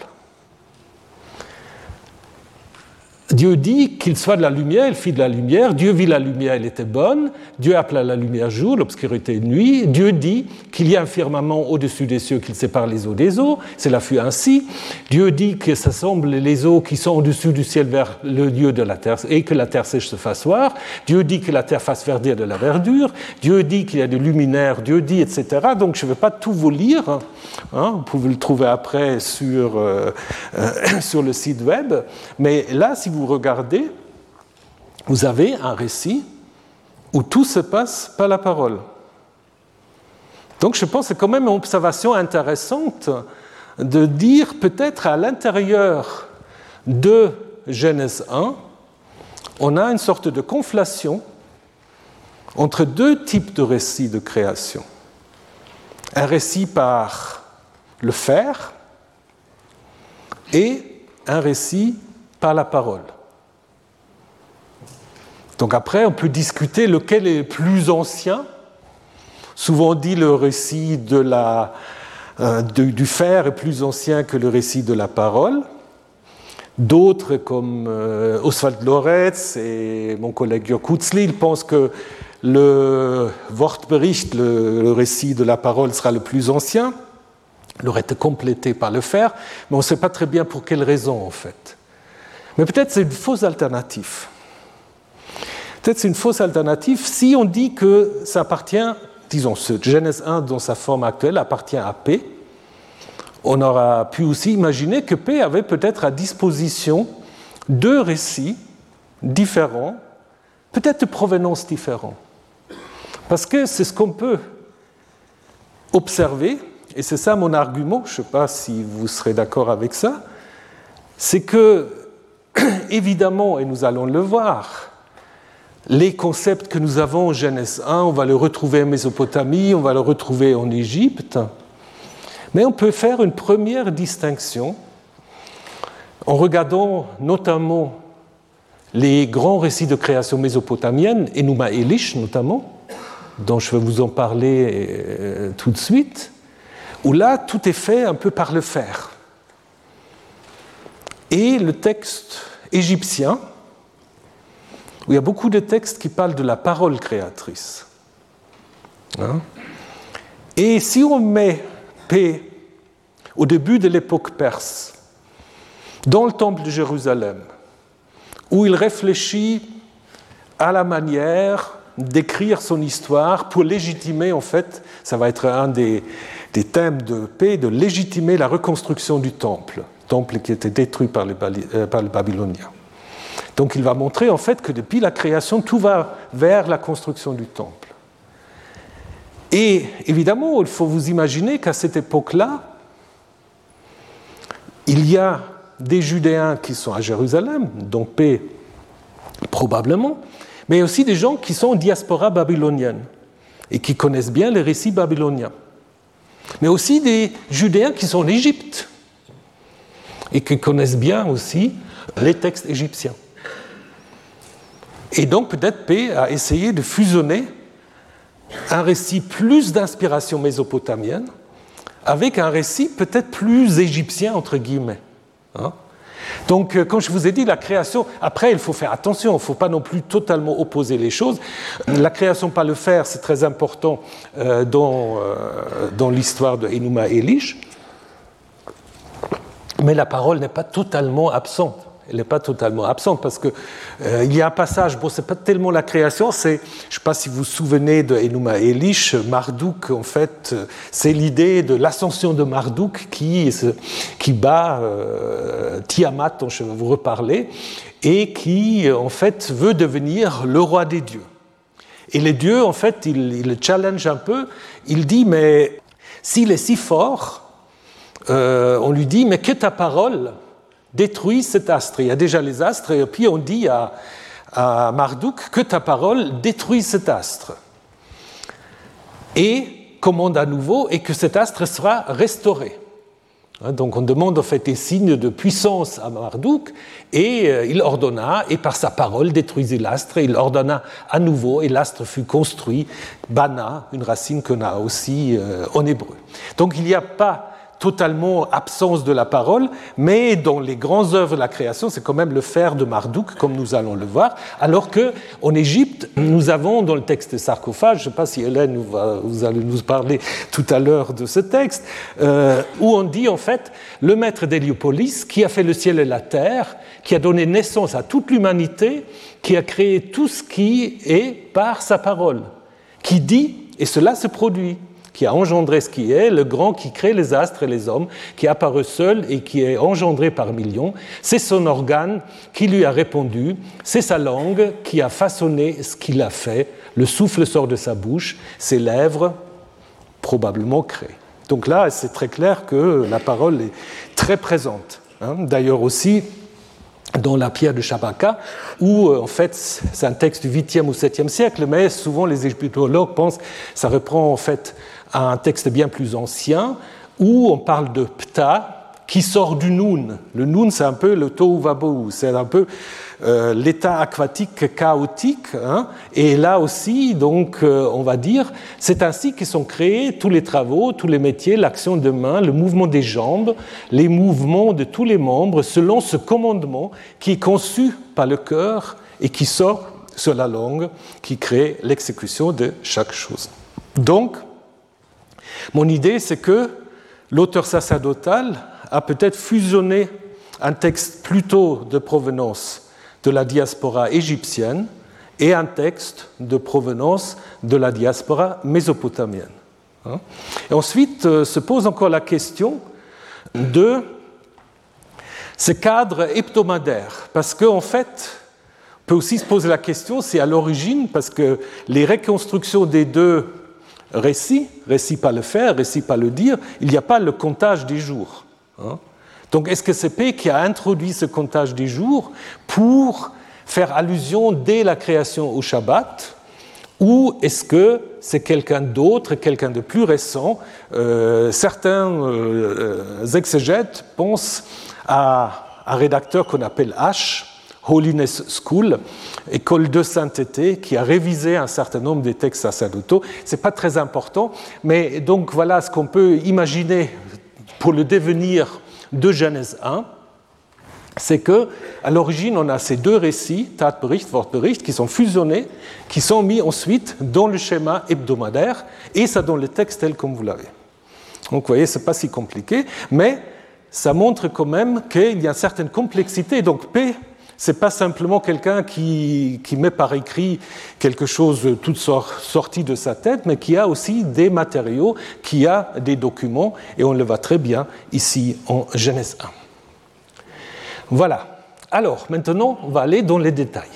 [SPEAKER 2] Dieu dit qu'il soit de la lumière, il fit de la lumière. Dieu vit la lumière, elle était bonne. Dieu appela la lumière jour, l'obscurité nuit. Dieu dit qu'il y a un firmament au-dessus des cieux qui sépare les eaux des eaux. Cela fut ainsi. Dieu dit que ça semble les eaux qui sont au-dessus du ciel vers le lieu de la terre et que la terre sèche se fasse voir. Dieu dit que la terre fasse verdir de la verdure. Dieu dit qu'il y a des luminaires. Dieu dit, et cetera. Donc je ne vais pas tout vous lire. Hein, vous pouvez le trouver après sur, euh, euh, sur le site web. Mais là, si vous regardez, vous avez un récit où tout se passe par la parole. Donc je pense que c'est quand même une observation intéressante de dire peut-être à l'intérieur de Genèse un, on a une sorte de conflation entre deux types de récits de création. Un récit par le faire et un récit par la parole. Donc après, on peut discuter lequel est le plus ancien. Souvent on dit le récit de la, euh, de, du faire est plus ancien que le récit de la parole. D'autres, comme euh, Oswald Loretz et mon collègue Jörg Kutzli, ils pensent que le Wortbericht, le, le récit de la parole, sera le plus ancien. Il aurait été complété par le faire, mais on ne sait pas très bien pour quelle raison en fait. Mais peut-être c'est une fausse alternative. Peut-être c'est une fausse alternative si on dit que ça appartient, disons, ce Genèse un dans sa forme actuelle appartient à P. On aura pu aussi imaginer que P avait peut-être à disposition deux récits différents, peut-être de provenance différente. Parce que c'est ce qu'on peut observer, et c'est ça mon argument, je ne sais pas si vous serez d'accord avec ça, c'est que, évidemment, et nous allons le voir, les concepts que nous avons en Genèse un, on va le retrouver en Mésopotamie, on va le retrouver en Égypte, mais on peut faire une première distinction en regardant notamment les grands récits de création mésopotamienne, Enuma Elish notamment, dont je vais vous en parler tout de suite, où là, tout est fait un peu par le faire. Et le texte égyptien, où il y a beaucoup de textes qui parlent de la parole créatrice. Hein? Et si on met P au début de l'époque perse, dans le temple de Jérusalem, où il réfléchit à la manière d'écrire son histoire pour légitimer, en fait, ça va être un des, des thèmes de P, de légitimer la reconstruction du temple, temple qui était détruit par les, euh, par les Babyloniens. Donc il va montrer en fait que depuis la création, tout va vers la construction du temple. Et évidemment, il faut vous imaginer qu'à cette époque-là, il y a des Judéens qui sont à Jérusalem, dont P probablement, mais aussi des gens qui sont en diaspora babylonienne et qui connaissent bien les récits babyloniens. Mais aussi des Judéens qui sont en Égypte et qui connaissent bien aussi les textes égyptiens. Et donc peut-être P a essayé de fusionner un récit plus d'inspiration mésopotamienne avec un récit peut-être plus égyptien, entre guillemets. Hein? Donc, comme je vous ai dit, la création, après, il faut faire attention, il ne faut pas non plus totalement opposer les choses. La création par le faire, c'est très important euh, dans, euh, dans l'histoire de Enuma Elish, mais la parole n'est pas totalement absente. Elle n'est pas totalement absente parce qu'il euh, y a un passage, bon, ce n'est pas tellement la création, c'est, je ne sais pas si vous vous souvenez de Enuma Elish, Marduk, en fait, c'est l'idée de l'ascension de Marduk qui, qui bat euh, Tiamat, dont je vais vous reparler, et qui, en fait, veut devenir le roi des dieux. Et les dieux, en fait, il, il le challenge un peu, il dit, mais s'il est si fort, euh, on lui dit, mais que ta parole détruit cet astre. Il y a déjà les astres, et puis on dit à, à Marduk que ta parole détruit cet astre. Et commande à nouveau, et que cet astre sera restauré. Donc on demande en fait des signes de puissance à Marduk, et euh, il ordonna, et par sa parole détruisit l'astre, et il ordonna à nouveau, et l'astre fut construit, Bana, une racine qu'on a aussi euh, en hébreu. Donc il n'y a pas totalement absence de la parole, mais dans les grandes œuvres de la création, c'est quand même le fer de Marduk, comme nous allons le voir, alors qu'en Égypte, nous avons dans le texte de sarcophage, je ne sais pas si Hélène va, vous allez nous parler tout à l'heure de ce texte, euh, où on dit en fait, le maître d'Héliopolis, qui a fait le ciel et la terre, qui a donné naissance à toute l'humanité, qui a créé tout ce qui est par sa parole, qui dit, et cela se produit, qui a engendré ce qui est, le grand qui crée les astres et les hommes, qui apparaît seul et qui est engendré par millions. C'est son organe qui lui a répondu, c'est sa langue qui a façonné ce qu'il a fait, le souffle sort de sa bouche, ses lèvres probablement créent. Donc là, c'est très clair que la parole est très présente. Hein. D'ailleurs aussi, dans la pierre de Shabaka, où en fait c'est un texte du huitième ou septième siècle, mais souvent les égyptologues pensent que ça reprend en fait à un texte bien plus ancien, où on parle de Ptah, qui sort du Noun. Le Noun, c'est un peu le Tohu Vabohu, c'est un peu euh, l'état aquatique chaotique. Hein, et là aussi, donc, euh, on va dire, c'est ainsi que sont créés tous les travaux, tous les métiers, l'action de main, le mouvement des jambes, les mouvements de tous les membres, selon ce commandement qui est conçu par le cœur et qui sort sur la langue, qui crée l'exécution de chaque chose. Donc, mon idée, c'est que l'auteur sacerdotal a peut-être fusionné un texte plutôt de provenance de la diaspora égyptienne et un texte de provenance de la diaspora mésopotamienne. Et ensuite euh, se pose encore la question de ce cadre hebdomadaire, parce qu'en fait, on peut aussi se poser la question, c'est à l'origine, parce que les reconstructions des deux récits, récit par le faire, récit par le dire, il n'y a pas le comptage des jours. Hein. Donc est-ce que c'est P qui a introduit ce comptage des jours pour faire allusion dès la création au Shabbat, ou est-ce que c'est quelqu'un d'autre, quelqu'un de plus récent? euh, Certains euh, exégètes pensent à un rédacteur qu'on appelle H, Holiness School, école de sainteté, qui a révisé un certain nombre des textes sacerdotaux. Ce n'est pas très important, mais donc voilà ce qu'on peut imaginer pour le devenir de Genèse un, c'est qu'à l'origine, on a ces deux récits, Tatbericht, Wortbericht, qui sont fusionnés, qui sont mis ensuite dans le schéma hebdomadaire, et ça donne le texte tel comme vous l'avez. Donc vous voyez, ce n'est pas si compliqué, mais ça montre quand même qu'il y a une certaine complexité. Donc P, ce n'est pas simplement quelqu'un qui, qui met par écrit quelque chose tout sorti de sa tête, mais qui a aussi des matériaux, qui a des documents, et on le voit très bien ici en Genèse un. Voilà. Alors, maintenant, on va aller dans les détails.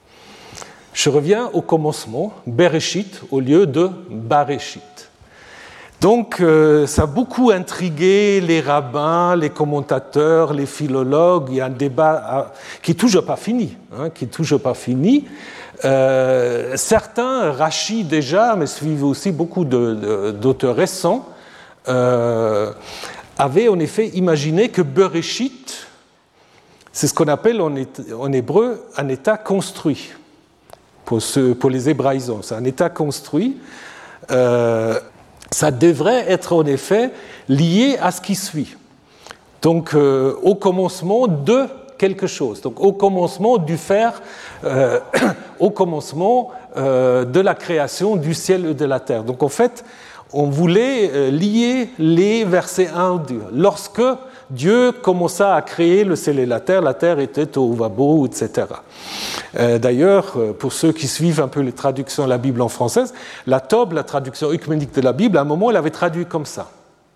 [SPEAKER 2] Je reviens au commencement, Bereshit au lieu de Bareshit. Donc, euh, ça a beaucoup intrigué les rabbins, les commentateurs, les philologues. Il y a un débat à, qui n'est toujours pas fini. Hein, qui est toujours pas fini. Euh, certains, Rashi déjà, mais suivent aussi beaucoup de, de, d'auteurs récents, euh, avaient en effet imaginé que Bereshit, c'est ce qu'on appelle en, en hébreu un état construit, pour, ce, pour les hébraïsants. C'est un état construit. Euh, ça devrait être en effet lié à ce qui suit. Donc, euh, au commencement de quelque chose. Donc, au commencement du faire, euh, au commencement euh, de la création du ciel et de la terre. Donc, en fait, on voulait euh, lier les versets un au deux. Lorsque Dieu commença à créer le ciel et la terre, la terre était au Vabo, et cetera. Euh, d'ailleurs, pour ceux qui suivent un peu les traductions de la Bible en française, la Tob, la traduction œcuménique de la Bible, à un moment, elle avait traduit comme ça.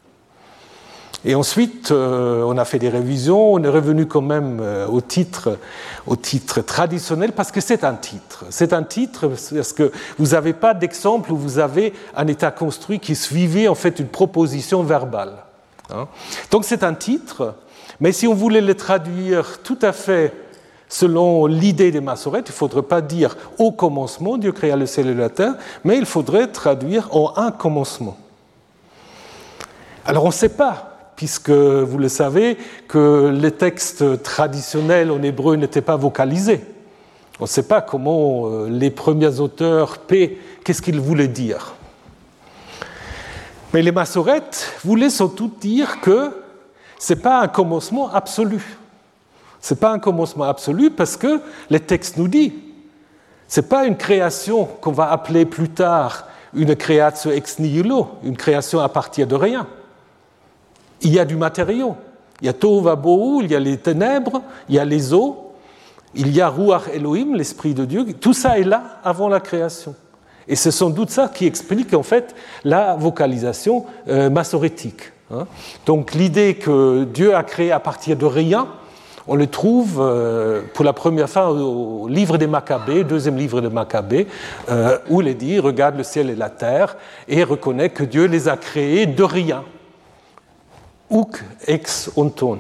[SPEAKER 2] Et ensuite, euh, on a fait des révisions, on est revenu quand même euh, au titre, au titre traditionnel, parce que c'est un titre. C'est un titre parce que vous n'avez pas d'exemple où vous avez un état construit qui suivait en fait une proposition verbale. Hein. Donc c'est un titre, mais si on voulait le traduire tout à fait selon l'idée des Massorètes, il ne faudrait pas dire « au commencement, Dieu créa le ciel et la terre », mais il faudrait traduire en « un commencement ». Alors on ne sait pas, puisque vous le savez, que les textes traditionnels en hébreu n'étaient pas vocalisés. On ne sait pas comment les premiers auteurs, P, qu'est-ce qu'ils voulaient dire. Mais les massorettes voulaient surtout dire que ce n'est pas un commencement absolu. Ce n'est pas un commencement absolu parce que le texte nous dit, ce n'est pas une création qu'on va appeler plus tard une créatio ex nihilo, une création à partir de rien. Il y a du matériau. Il y a Tohu Vabohu, il y a les ténèbres, il y a les eaux, il y a Ruach Elohim, l'Esprit de Dieu. Tout ça est là avant la création. Et c'est sans doute ça qui explique en fait la vocalisation euh, massorétique. Hein. Donc l'idée que Dieu a créé à partir de rien, on le trouve euh, pour la première fois au livre des Maccabées, deuxième livre des Maccabées, euh, où il est dit « Regarde le ciel et la terre » et reconnaît que Dieu les a créés de rien. Uk ex onton.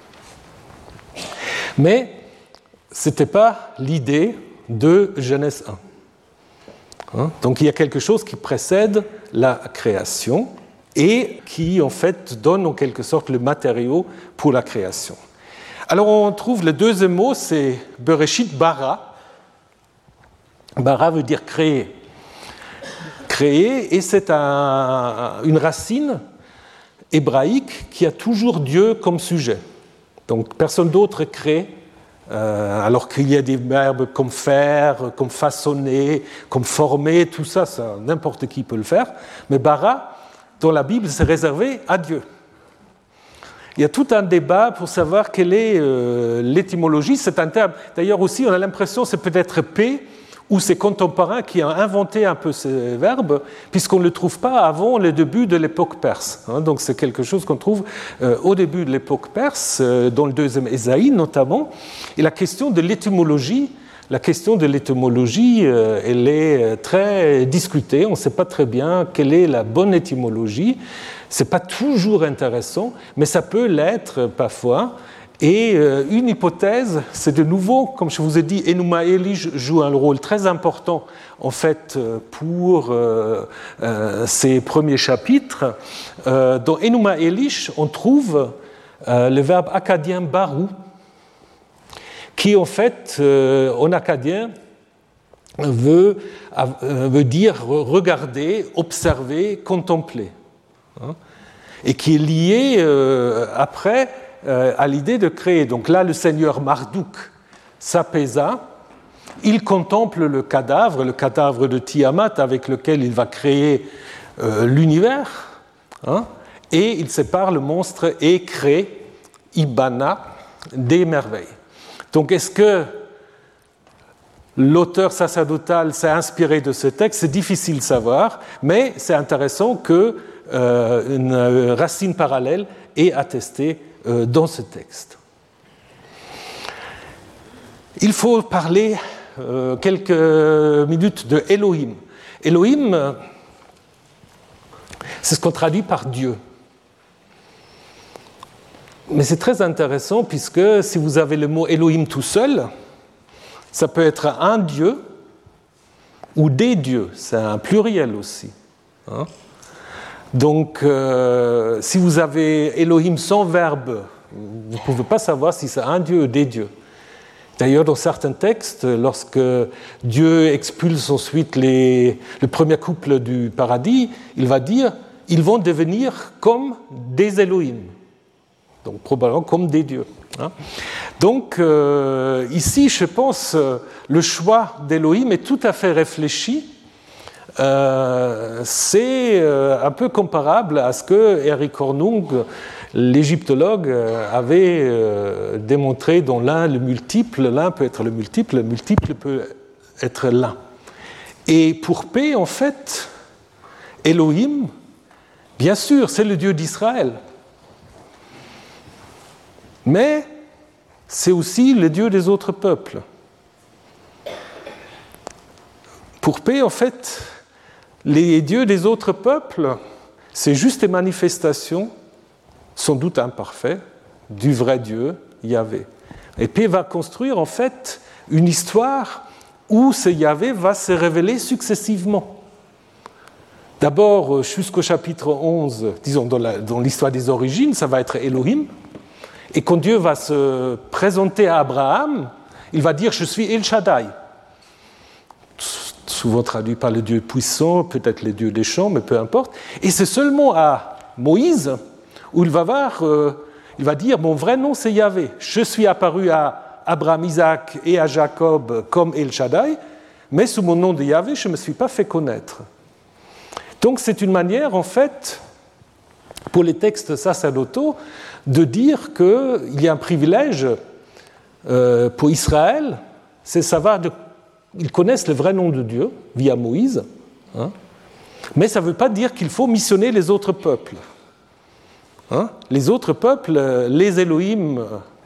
[SPEAKER 2] Mais ce n'était pas l'idée de Genèse un. Hein? Donc il y a quelque chose qui précède la création et qui en fait donne en quelque sorte le matériau pour la création. Alors on trouve le deuxième mot, c'est Bereshit bara. Bara veut dire créer. Créer, et c'est un, une racine hébraïque qui a toujours Dieu comme sujet. Donc personne d'autre crée, euh, alors qu'il y a des verbes comme faire, comme façonner, comme former, tout ça, ça n'importe qui peut le faire. Mais bara, dans la Bible, c'est réservé à Dieu. Il y a tout un débat pour savoir quelle est euh, l'étymologie. C'est un terme, d'ailleurs aussi, on a l'impression que c'est peut-être P, ou ses contemporains qui ont inventé un peu ce verbe, puisqu'on ne le trouve pas avant le début de l'époque perse. Donc c'est quelque chose qu'on trouve euh, au début de l'époque perse, euh, dans le deuxième Ésaïe notamment. Et la question de l'étymologie, la question de l'étymologie, euh, elle est très discutée. On ne sait pas très bien quelle est la bonne étymologie. Ce n'est pas toujours intéressant, mais ça peut l'être parfois. Et une hypothèse, c'est de nouveau, comme je vous ai dit, Enuma Elish joue un rôle très important en fait pour euh, euh, ces premiers chapitres. Euh, dans Enuma Elish, on trouve euh, le verbe akkadien baru, qui en fait, euh, en akkadien, veut, euh, veut dire regarder, observer, contempler. Hein, et qui est lié euh, après à l'idée de créer. Donc là, le seigneur Marduk s'apaisa, il contemple le cadavre, le cadavre de Tiamat avec lequel il va créer euh, l'univers, hein, et il sépare le monstre et crée Ibana des merveilles. Donc est-ce que l'auteur sacerdotal s'est inspiré de ce texte? C'est difficile de savoir, mais c'est intéressant qu'une euh, racine parallèle ait attesté dans ce texte. Il faut parler euh, quelques minutes de Elohim. Elohim, c'est ce qu'on traduit par Dieu. Mais c'est très intéressant puisque si vous avez le mot Elohim tout seul, ça peut être un Dieu ou des dieux. C'est un pluriel aussi. Hein? Donc, euh, si vous avez Elohim sans verbe, vous ne pouvez pas savoir si c'est un dieu ou des dieux. D'ailleurs, dans certains textes, lorsque Dieu expulse ensuite les, le premier couple du paradis, il va dire « ils vont devenir comme des Elohim ». Donc, probablement comme des dieux. Hein. Donc, euh, ici, je pense, le choix d'Elohim est tout à fait réfléchi. Euh, c'est euh, un peu comparable à ce que Eric Hornung, l'égyptologue, euh, avait euh, démontré dans l'un le multiple, l'un peut être le multiple, le multiple peut être l'un. Et pour P, en fait, Elohim, bien sûr, c'est le Dieu d'Israël, mais c'est aussi le Dieu des autres peuples. Pour P, en fait, les dieux des autres peuples, c'est juste des manifestations, sans doute imparfaites, du vrai Dieu, Yahvé. Et P va construire en fait une histoire où ce Yahvé va se révéler successivement. D'abord, jusqu'au chapitre onze, disons dans, la, dans l'histoire des origines, ça va être Elohim. Et quand Dieu va se présenter à Abraham, il va dire « Je suis El Shaddai ». souvent traduit par le Dieu puissant, peut-être les dieux des champs, mais peu importe. Et c'est seulement à Moïse où il va, voir, euh, il va dire « Mon vrai nom, c'est Yahvé. Je suis apparu à Abraham, Isaac et à Jacob comme El Shaddai, mais sous mon nom de Yahvé, je ne me suis pas fait connaître. » Donc c'est une manière, en fait, pour les textes sacerdotaux, de dire qu'il y a un privilège euh, pour Israël, c'est savoir de, ils connaissent le vrai nom de Dieu via Moïse, hein, mais ça ne veut pas dire qu'il faut missionner les autres peuples. Hein, les autres peuples, les Elohim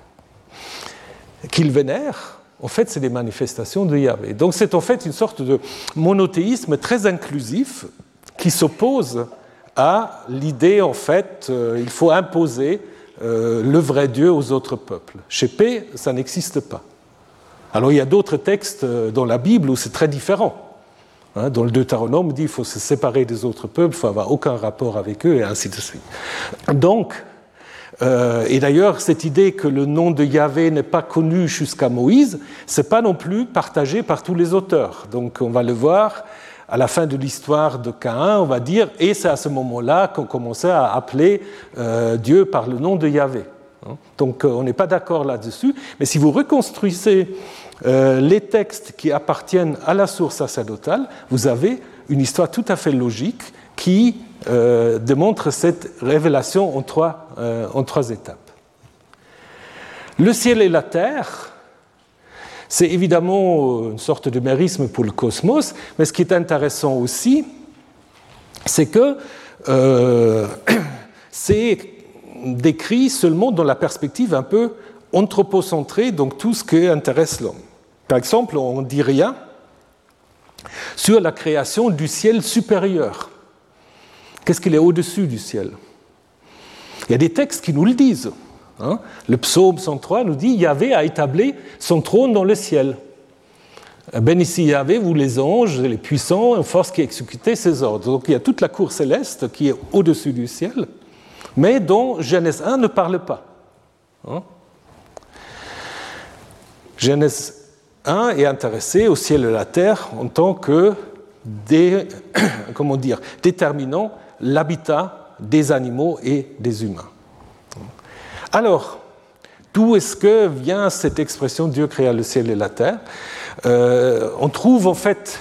[SPEAKER 2] qu'ils vénèrent, en fait, c'est des manifestations de Yahvé. Donc c'est en fait une sorte de monothéisme très inclusif qui s'oppose à l'idée, en fait, euh, il faut imposer euh, le vrai Dieu aux autres peuples. Chez P, ça n'existe pas. Alors il y a d'autres textes dans la Bible où c'est très différent. Hein, dans le Deutéronome, on dit qu'il faut se séparer des autres peuples, il ne faut avoir aucun rapport avec eux, et ainsi de suite. Donc, euh, et d'ailleurs, cette idée que le nom de Yahvé n'est pas connu jusqu'à Moïse, ce n'est pas non plus partagé par tous les auteurs. Donc on va le voir. À la fin de l'histoire de Caïn, on va dire, et c'est à ce moment-là qu'on commençait à appeler euh, Dieu par le nom de Yahvé. Donc on n'est pas d'accord là-dessus, mais si vous reconstruisez euh, les textes qui appartiennent à la source sacerdotale, vous avez une histoire tout à fait logique qui euh, démontre cette révélation en trois, euh, en trois étapes. Le ciel et la terre, c'est évidemment une sorte de mérisme pour le cosmos, mais ce qui est intéressant aussi, c'est que euh, c'est décrit seulement dans la perspective un peu anthropocentrée, donc tout ce qui intéresse l'homme. Par exemple, on ne dit rien sur la création du ciel supérieur. Qu'est-ce qu'il est au-dessus du ciel ? Il y a des textes qui nous le disent. Hein, le psaume cent trois nous dit « Yahvé a établi son trône dans le ciel. Bénissez Yahvé, vous les anges, les puissants, une force qui exécutez ses ordres. » Donc il y a toute la cour céleste qui est au-dessus du ciel, mais dont Genèse un ne parle pas. Hein, Genèse un est intéressé au ciel et à la terre en tant que des, comment dire, déterminant l'habitat des animaux et des humains. Alors, d'où est-ce que vient cette expression « Dieu créa le ciel et la terre » ? euh, On trouve en fait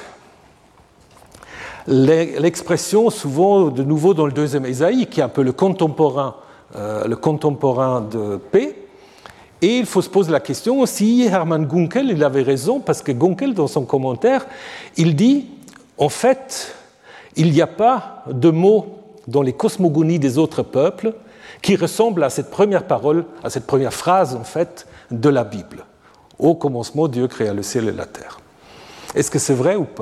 [SPEAKER 2] l'expression souvent de nouveau dans le deuxième Ésaïe, qui est un peu le contemporain, euh, le contemporain de P. Et il faut se poser la question si Hermann Gunkel il avait raison, parce que Gunkel, dans son commentaire, il dit en fait, il n'y a pas de mot dans les cosmogonies des autres peuples qui ressemble à cette première parole, à cette première phrase en fait de la Bible. Au commencement, Dieu créa le ciel et la terre. Est-ce que c'est vrai ou pas ?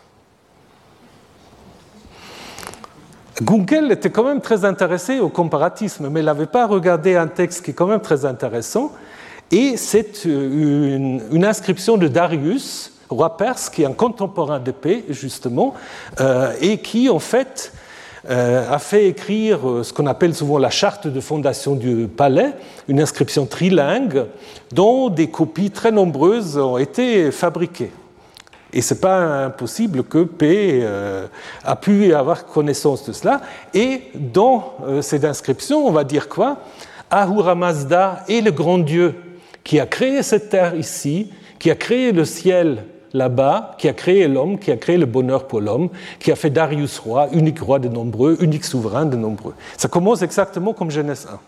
[SPEAKER 2] Gunkel était quand même très intéressé au comparatisme, mais il n'avait pas regardé un texte qui est quand même très intéressant, et c'est une, une inscription de Darius, roi perse, qui est un contemporain d'Épée, justement, euh, et qui, en fait, euh, a fait écrire ce qu'on appelle souvent la charte de fondation du palais, une inscription trilingue, dont des copies très nombreuses ont été fabriquées. Et ce n'est pas impossible que P euh, a pu avoir connaissance de cela. Et dans euh, cette inscription, on va dire quoi ? Ahura Mazda est le grand Dieu qui a créé cette terre ici, qui a créé le ciel là-bas, qui a créé l'homme, qui a créé le bonheur pour l'homme, qui a fait Darius roi, unique roi de nombreux, unique souverain de nombreux. Ça commence exactement comme Genèse un.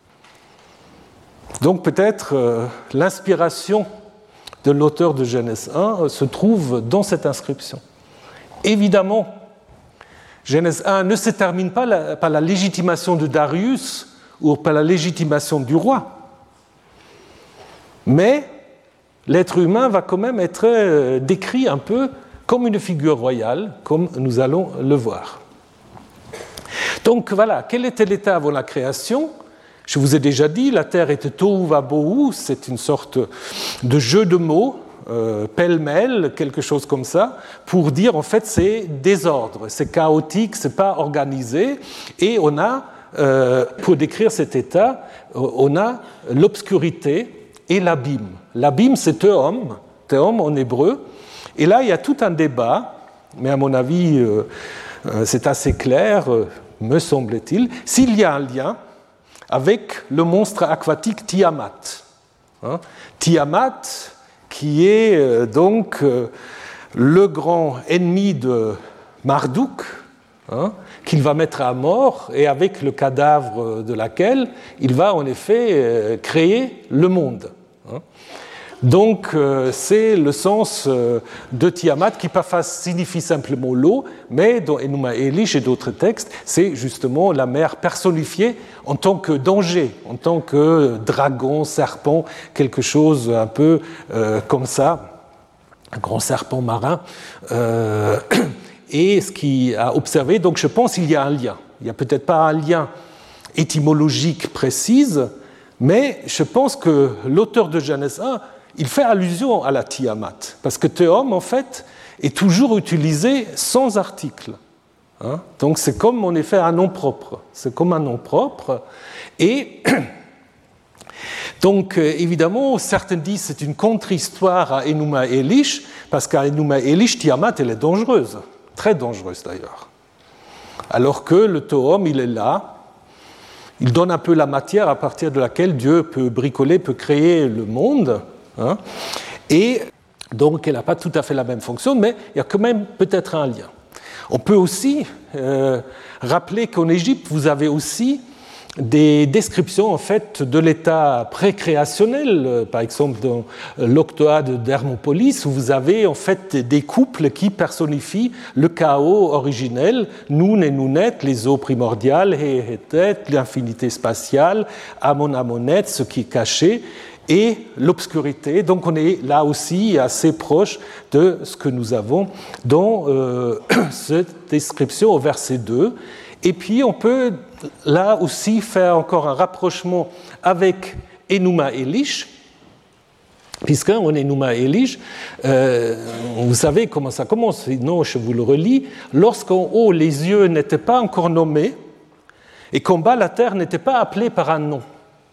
[SPEAKER 2] Donc peut-être euh, l'inspiration de l'auteur de Genèse un se trouve dans cette inscription. Évidemment, Genèse un ne se termine pas la, par la légitimation de Darius ou par la légitimation du roi, mais l'être humain va quand même être décrit un peu comme une figure royale, comme nous allons le voir. Donc voilà, quel était l'état avant la création ? Je vous ai déjà dit, la terre était tohu vabohu, c'est une sorte de jeu de mots, euh, pêle-mêle, quelque chose comme ça, pour dire en fait c'est désordre, c'est chaotique, c'est pas organisé, et on a, euh, pour décrire cet état, on a l'obscurité et l'abîme. L'abîme, c'est Tehom, Tehom en hébreu, et là il y a tout un débat mais à mon avis, euh, euh, c'est assez clair, euh, me semble-t-il, s'il y a un lien avec le monstre aquatique Tiamat. Hein, Tiamat, qui est euh, donc euh, le grand ennemi de Marduk, hein, qu'il va mettre à mort et avec le cadavre de laquelle il va en effet euh, créer le monde. Hein. Donc euh, c'est le sens euh, de Tiamat qui parfois signifie simplement l'eau, mais dans Enuma Elish et d'autres textes, c'est justement la mer personnifiée en tant que danger, en tant que dragon, serpent, quelque chose un peu euh, comme ça, un grand serpent marin. Euh, et ce qui a observé, donc je pense qu'il y a un lien. Il n'y a peut-être pas un lien étymologique précis, mais je pense que l'auteur de Genèse un, il fait allusion à la Tiamat, parce que Théom, en fait, est toujours utilisé sans article. Hein? Donc c'est comme, en effet, un nom propre. C'est comme un nom propre. Et donc, évidemment, certains disent que c'est une contre-histoire à Enuma Elish, parce qu'à Enuma Elish, Tiamat, elle est dangereuse, très dangereuse d'ailleurs. Alors que le Théom, il est là, il donne un peu la matière à partir de laquelle Dieu peut bricoler, peut créer le monde. Hein, et donc, elle n'a pas tout à fait la même fonction, mais il y a quand même peut-être un lien. On peut aussi euh, rappeler qu'en Égypte, vous avez aussi des descriptions en fait, de l'état pré-créationnel, euh, par exemple dans l'Octoade d'Hermopolis, où vous avez en fait des couples qui personnifient le chaos originel, Nun et Nunet, les eaux primordiales, He et Hetet, l'infinité spatiale, Amon Amonet, ce qui est caché, et l'obscurité. Donc on est là aussi assez proche de ce que nous avons dans euh, cette description au verset deux. Et puis on peut là aussi faire encore un rapprochement avec Enuma Elish, puisqu'en Enuma Elish, euh, vous savez comment ça commence, sinon je vous le relis, lorsqu'en haut les yeux n'étaient pas encore nommés et qu'en bas la terre n'était pas appelée par un nom.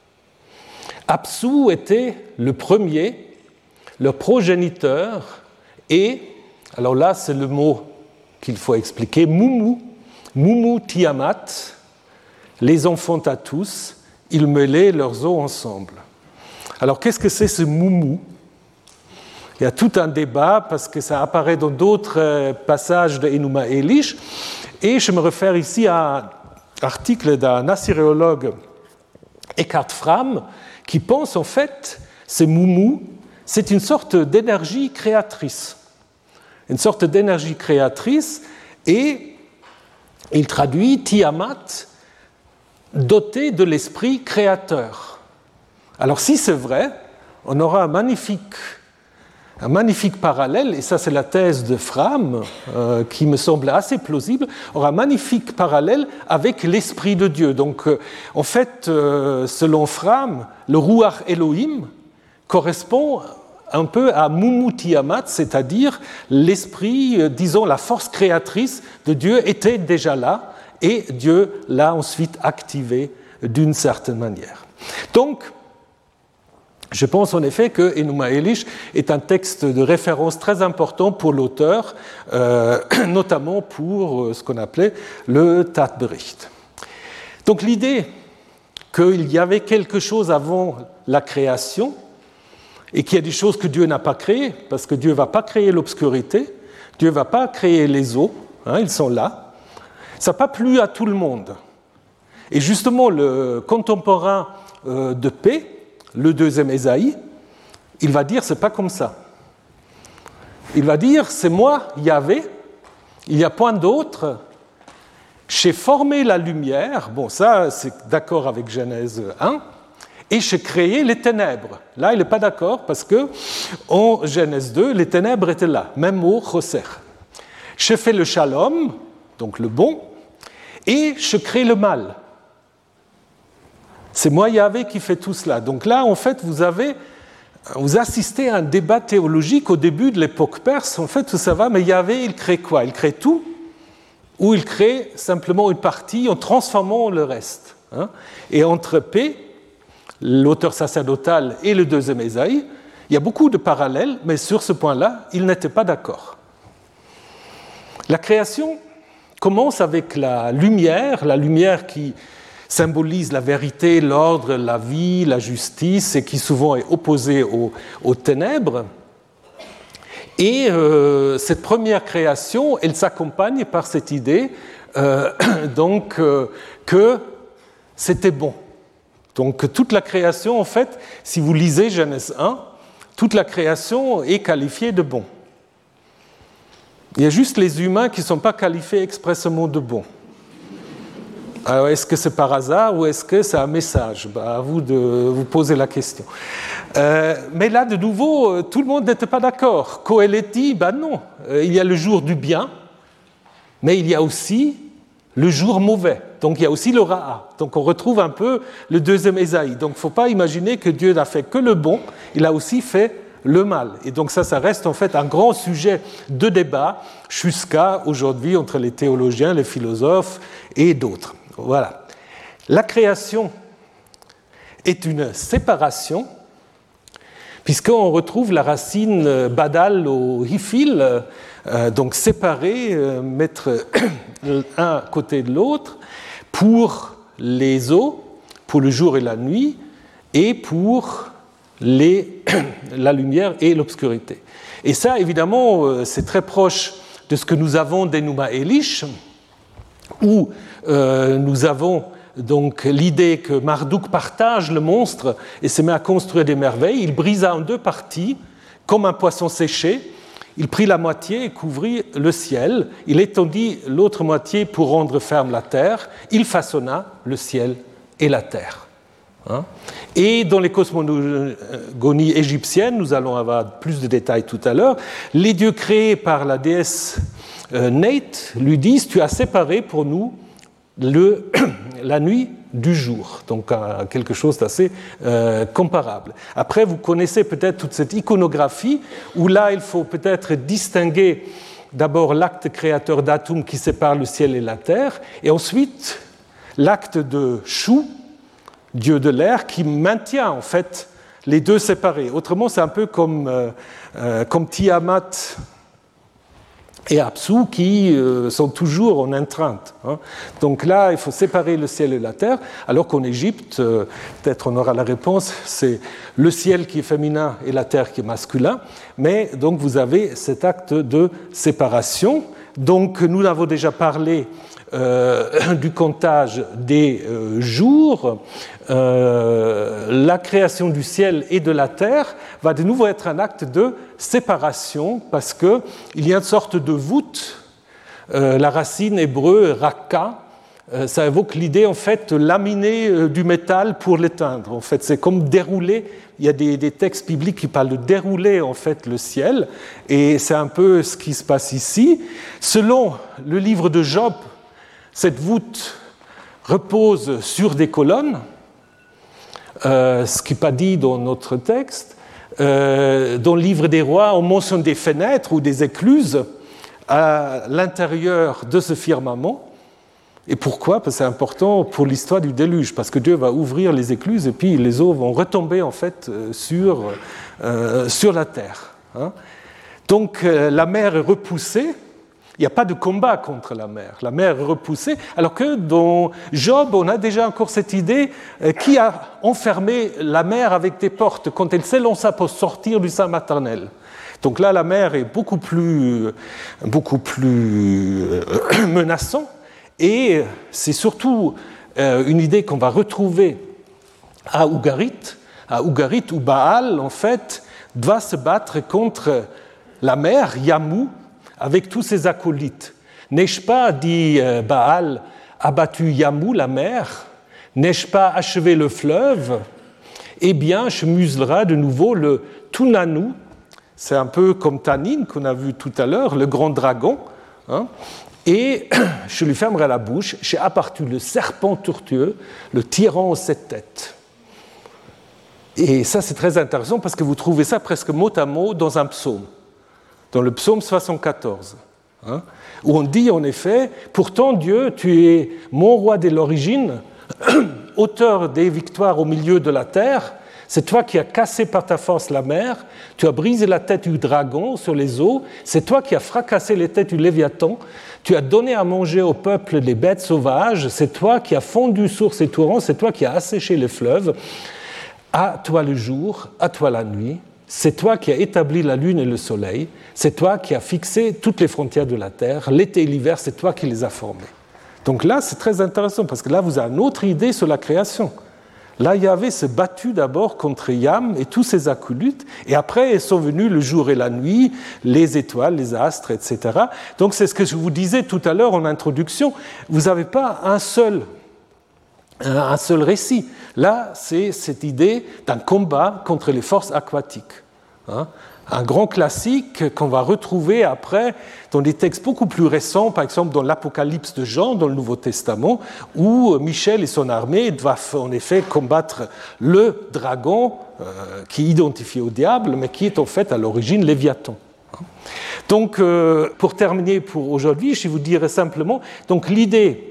[SPEAKER 2] Apsu était le premier, le progéniteur, et, alors là c'est le mot qu'il faut expliquer, Mumu, Mumu Tiamat, les enfants à tous, ils mêlaient leurs os ensemble. Alors qu'est-ce que c'est ce Mumu ? Il y a tout un débat parce que ça apparaît dans d'autres passages de Enuma Elish, et je me réfère ici à un article d'un assyriologue, Eckhard Fram, qui pense en fait, ce Mumu, c'est une sorte d'énergie créatrice. Une sorte d'énergie créatrice, et il traduit Tiamat doté de l'esprit créateur. Alors si c'est vrai, on aura un magnifique, un magnifique parallèle, et ça c'est la thèse de Fram, euh, qui me semble assez plausible, aura un magnifique parallèle avec l'Esprit de Dieu. Donc euh, en fait, euh, selon Fram, le Ruach Elohim correspond un peu à Mumu Tiamat, c'est-à-dire l'esprit, euh, disons la force créatrice de Dieu était déjà là, et Dieu l'a ensuite activé d'une certaine manière. Donc, je pense en effet que Enuma Elish est un texte de référence très important pour l'auteur, euh, notamment pour ce qu'on appelait le Tat-Bericht. Donc l'idée qu'il y avait quelque chose avant la création et qu'il y a des choses que Dieu n'a pas créées, parce que Dieu ne va pas créer l'obscurité, Dieu ne va pas créer les eaux, hein, ils sont là, ça n'a pas plu à tout le monde. Et justement, le contemporain euh, de paix, le deuxième Ésaïe, il va dire, c'est pas comme ça. Il va dire, c'est moi, Yahvé, il n'y a point d'autre, j'ai formé la lumière, bon ça c'est d'accord avec Genèse un, et j'ai créé les ténèbres. Là il n'est pas d'accord parce que en Genèse deux, les ténèbres étaient là, même mot, choser. J'ai fait le shalom, donc le bon, et je crée le mal. C'est moi, Yahvé, qui fait tout cela. Donc là, en fait, vous avez, vous assistez à un débat théologique au début de l'époque perse. En fait, tout ça va, mais Yahvé, il crée quoi ? Il crée tout, ou il crée simplement une partie en transformant le reste. Hein ? Et entre P, l'auteur sacerdotal, et le deuxième Ésaïe, il y a beaucoup de parallèles, mais sur ce point-là, ils n'étaient pas d'accord. La création commence avec la lumière, la lumière qui symbolise la vérité, l'ordre, la vie, la justice, et qui souvent est opposée aux, aux ténèbres. Et euh, cette première création, elle s'accompagne par cette idée euh, donc, euh, que c'était bon. Donc toute la création, en fait, si vous lisez Genèse un, toute la création est qualifiée de bon. Il y a juste les humains qui ne sont pas qualifiés expressément de bons. Alors, est-ce que c'est par hasard ou est-ce que c'est un message? Ben, à vous de vous poser la question. Euh, mais là, de nouveau, tout le monde n'était pas d'accord. Qohélet dit, ben non, il y a le jour du bien, mais il y a aussi le jour mauvais. Donc, il y a aussi le ra'a. Donc, on retrouve un peu le deuxième Ésaïe. Donc, il ne faut pas imaginer que Dieu n'a fait que le bon, il a aussi fait le mal. Et donc ça, ça reste en fait un grand sujet de débat jusqu'à aujourd'hui entre les théologiens, les philosophes et d'autres. Voilà. La création est une séparation, puisqu'on retrouve la racine badal au hifil, euh, donc séparer, euh, mettre un à côté de l'autre, pour les eaux, pour le jour et la nuit, et pour Les, la lumière et l'obscurité. Et ça, évidemment, c'est très proche de ce que nous avons d'Enuma Elish, où euh, nous avons donc l'idée que Marduk partage le monstre et se met à construire des merveilles. Il brisa en deux parties, comme un poisson séché. Il prit la moitié et couvrit le ciel. Il étendit l'autre moitié pour rendre ferme la terre. Il façonna le ciel et la terre. Hein? Et dans les cosmogonies égyptiennes, nous allons avoir plus de détails tout à l'heure, les dieux créés par la déesse euh, Neit lui disent « Tu as séparé pour nous le, la nuit du jour », donc euh, quelque chose d'assez euh, comparable. Après, vous connaissez peut-être toute cette iconographie, où là, il faut peut-être distinguer d'abord l'acte créateur d'Atum qui sépare le ciel et la terre, et ensuite l'acte de Shu, Dieu de l'air, qui maintient en fait les deux séparés. Autrement, c'est un peu comme, euh, euh, comme Tiamat et Apsu qui euh, sont toujours en étreinte. Hein. Donc là, il faut séparer le ciel et la terre, alors qu'en Égypte, euh, peut-être on aura la réponse, c'est le ciel qui est féminin et la terre qui est masculin. Mais donc vous avez cet acte de séparation. Donc nous avons déjà parlé Euh, du comptage des euh, jours, euh, la création du ciel et de la terre va de nouveau être un acte de séparation parce qu'il y a une sorte de voûte, euh, la racine hébreu raka, euh, ça évoque l'idée en fait de laminer euh, du métal pour l'éteindre. En fait, c'est comme dérouler. Il y a des, des textes bibliques qui parlent de dérouler en fait le ciel, et c'est un peu ce qui se passe ici. Selon le livre de Job, cette voûte repose sur des colonnes, euh, ce qui n'est pas dit dans notre texte. Euh, dans le livre des rois, on mentionne des fenêtres ou des écluses à l'intérieur de ce firmament. Et pourquoi? Parce que c'est important pour l'histoire du déluge, parce que Dieu va ouvrir les écluses et puis les eaux vont retomber en fait sur, euh, sur la terre. Hein. Donc euh, la mer est repoussée. Il n'y a pas de combat contre la mer. La mer est repoussée, alors que dans Job, on a déjà encore cette idée euh, qui a enfermé la mer avec des portes quand elle s'élança pour sortir du sein maternel. Donc là, la mer est beaucoup plus, beaucoup plus euh, menaçante, et c'est surtout euh, une idée qu'on va retrouver à Ougarit, à Ougarit où Baal, en fait, va se battre contre la mer, Yamu, avec tous ses acolytes. N'ai-je pas, dit Baal, abattu Yamu, la mer? N'ai-je pas achevé le fleuve? Eh bien, je musellerai de nouveau le Tunanu, c'est un peu comme Tanin qu'on a vu tout à l'heure, le grand dragon, hein, et je lui fermerai la bouche. J'ai abattu le serpent tortueux, le tyran aux sept têtes. Et ça, c'est très intéressant parce que vous trouvez ça presque mot à mot dans un psaume. Dans le psaume soixante-quatorze, hein, où on dit en effet « Pourtant Dieu, tu es mon roi dès l'origine, auteur des victoires au milieu de la terre, C'est toi qui as cassé par ta force la mer, tu as brisé la tête du dragon sur les eaux, c'est toi qui as fracassé les têtes du Léviathan, tu as donné à manger au peuple les bêtes sauvages, c'est toi qui as fondu sources et torrents, c'est toi qui as asséché les fleuves. À toi le jour, à toi la nuit, c'est toi qui as établi la lune et le soleil, c'est toi qui as fixé toutes les frontières de la terre, l'été et l'hiver, c'est toi qui les as formés. Donc là, c'est très intéressant, parce que là, vous avez une autre idée sur la création. Là, Yahvé s'est battu d'abord contre Yam et tous ses acolytes, et après sont venus le jour et la nuit, les étoiles, les astres, et cetera. Donc c'est ce que je vous disais tout à l'heure en introduction, vous n'avez pas un seul, un seul récit. Là, c'est cette idée d'un combat contre les forces aquatiques. Hein, un grand classique qu'on va retrouver après dans des textes beaucoup plus récents, par exemple dans l'Apocalypse de Jean, dans le Nouveau Testament, où Michel et son armée doivent en effet combattre le dragon euh, qui est identifié au diable, mais qui est en fait à l'origine Léviathan. Donc, euh, pour terminer pour aujourd'hui, je vous dirais simplement, donc l'idée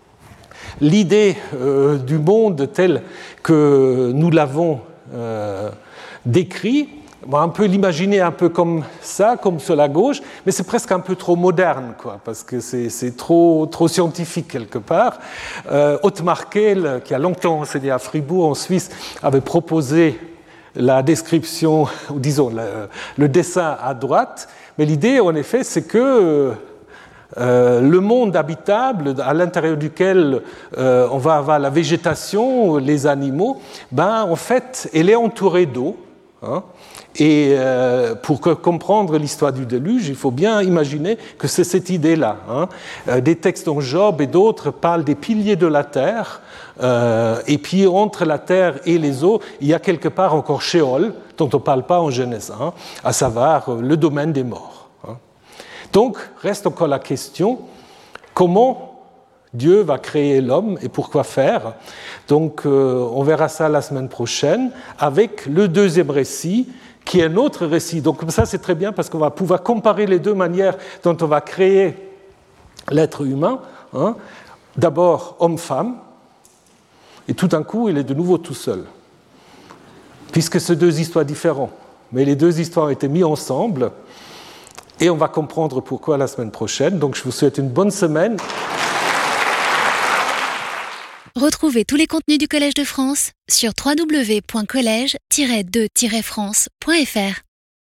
[SPEAKER 2] L'idée euh, du monde tel que nous l'avons euh, décrit, on va un peu l'imaginer un peu comme ça, comme sur la gauche, mais c'est presque un peu trop moderne, quoi, parce que c'est, c'est trop, trop scientifique quelque part. Euh, Ottmar Kehl, qui a longtemps enseigné à Fribourg en Suisse, avait proposé la description, ou disons le, le dessin à droite, mais l'idée en effet c'est que Euh, le monde habitable à l'intérieur duquel euh, on va avoir la végétation, les animaux, ben, en fait, elle est entourée d'eau. Hein, et euh, pour que, comprendre l'histoire du déluge, il faut bien imaginer que c'est cette idée-là. Hein. Euh, des textes dont Job et d'autres parlent des piliers de la terre, euh, et puis entre la terre et les eaux, il y a quelque part encore Sheol, dont on ne parle pas en Genèse un, à savoir le domaine des morts. Donc, reste encore la question, comment Dieu va créer l'homme et pourquoi faire ? Donc, euh, on verra ça la semaine prochaine avec le deuxième récit, qui est un autre récit. Donc, comme ça, c'est très bien parce qu'on va pouvoir comparer les deux manières dont on va créer l'être humain. Hein. D'abord, homme-femme, et tout d'un coup, il est de nouveau tout seul. Puisque c'est deux histoires différentes. Mais les deux histoires ont été mises ensemble. Et on va comprendre pourquoi la semaine prochaine. Donc, je vous souhaite une bonne semaine.
[SPEAKER 1] Retrouvez tous les contenus du Collège de France sur w w w point collège tiret de tiret france point f r.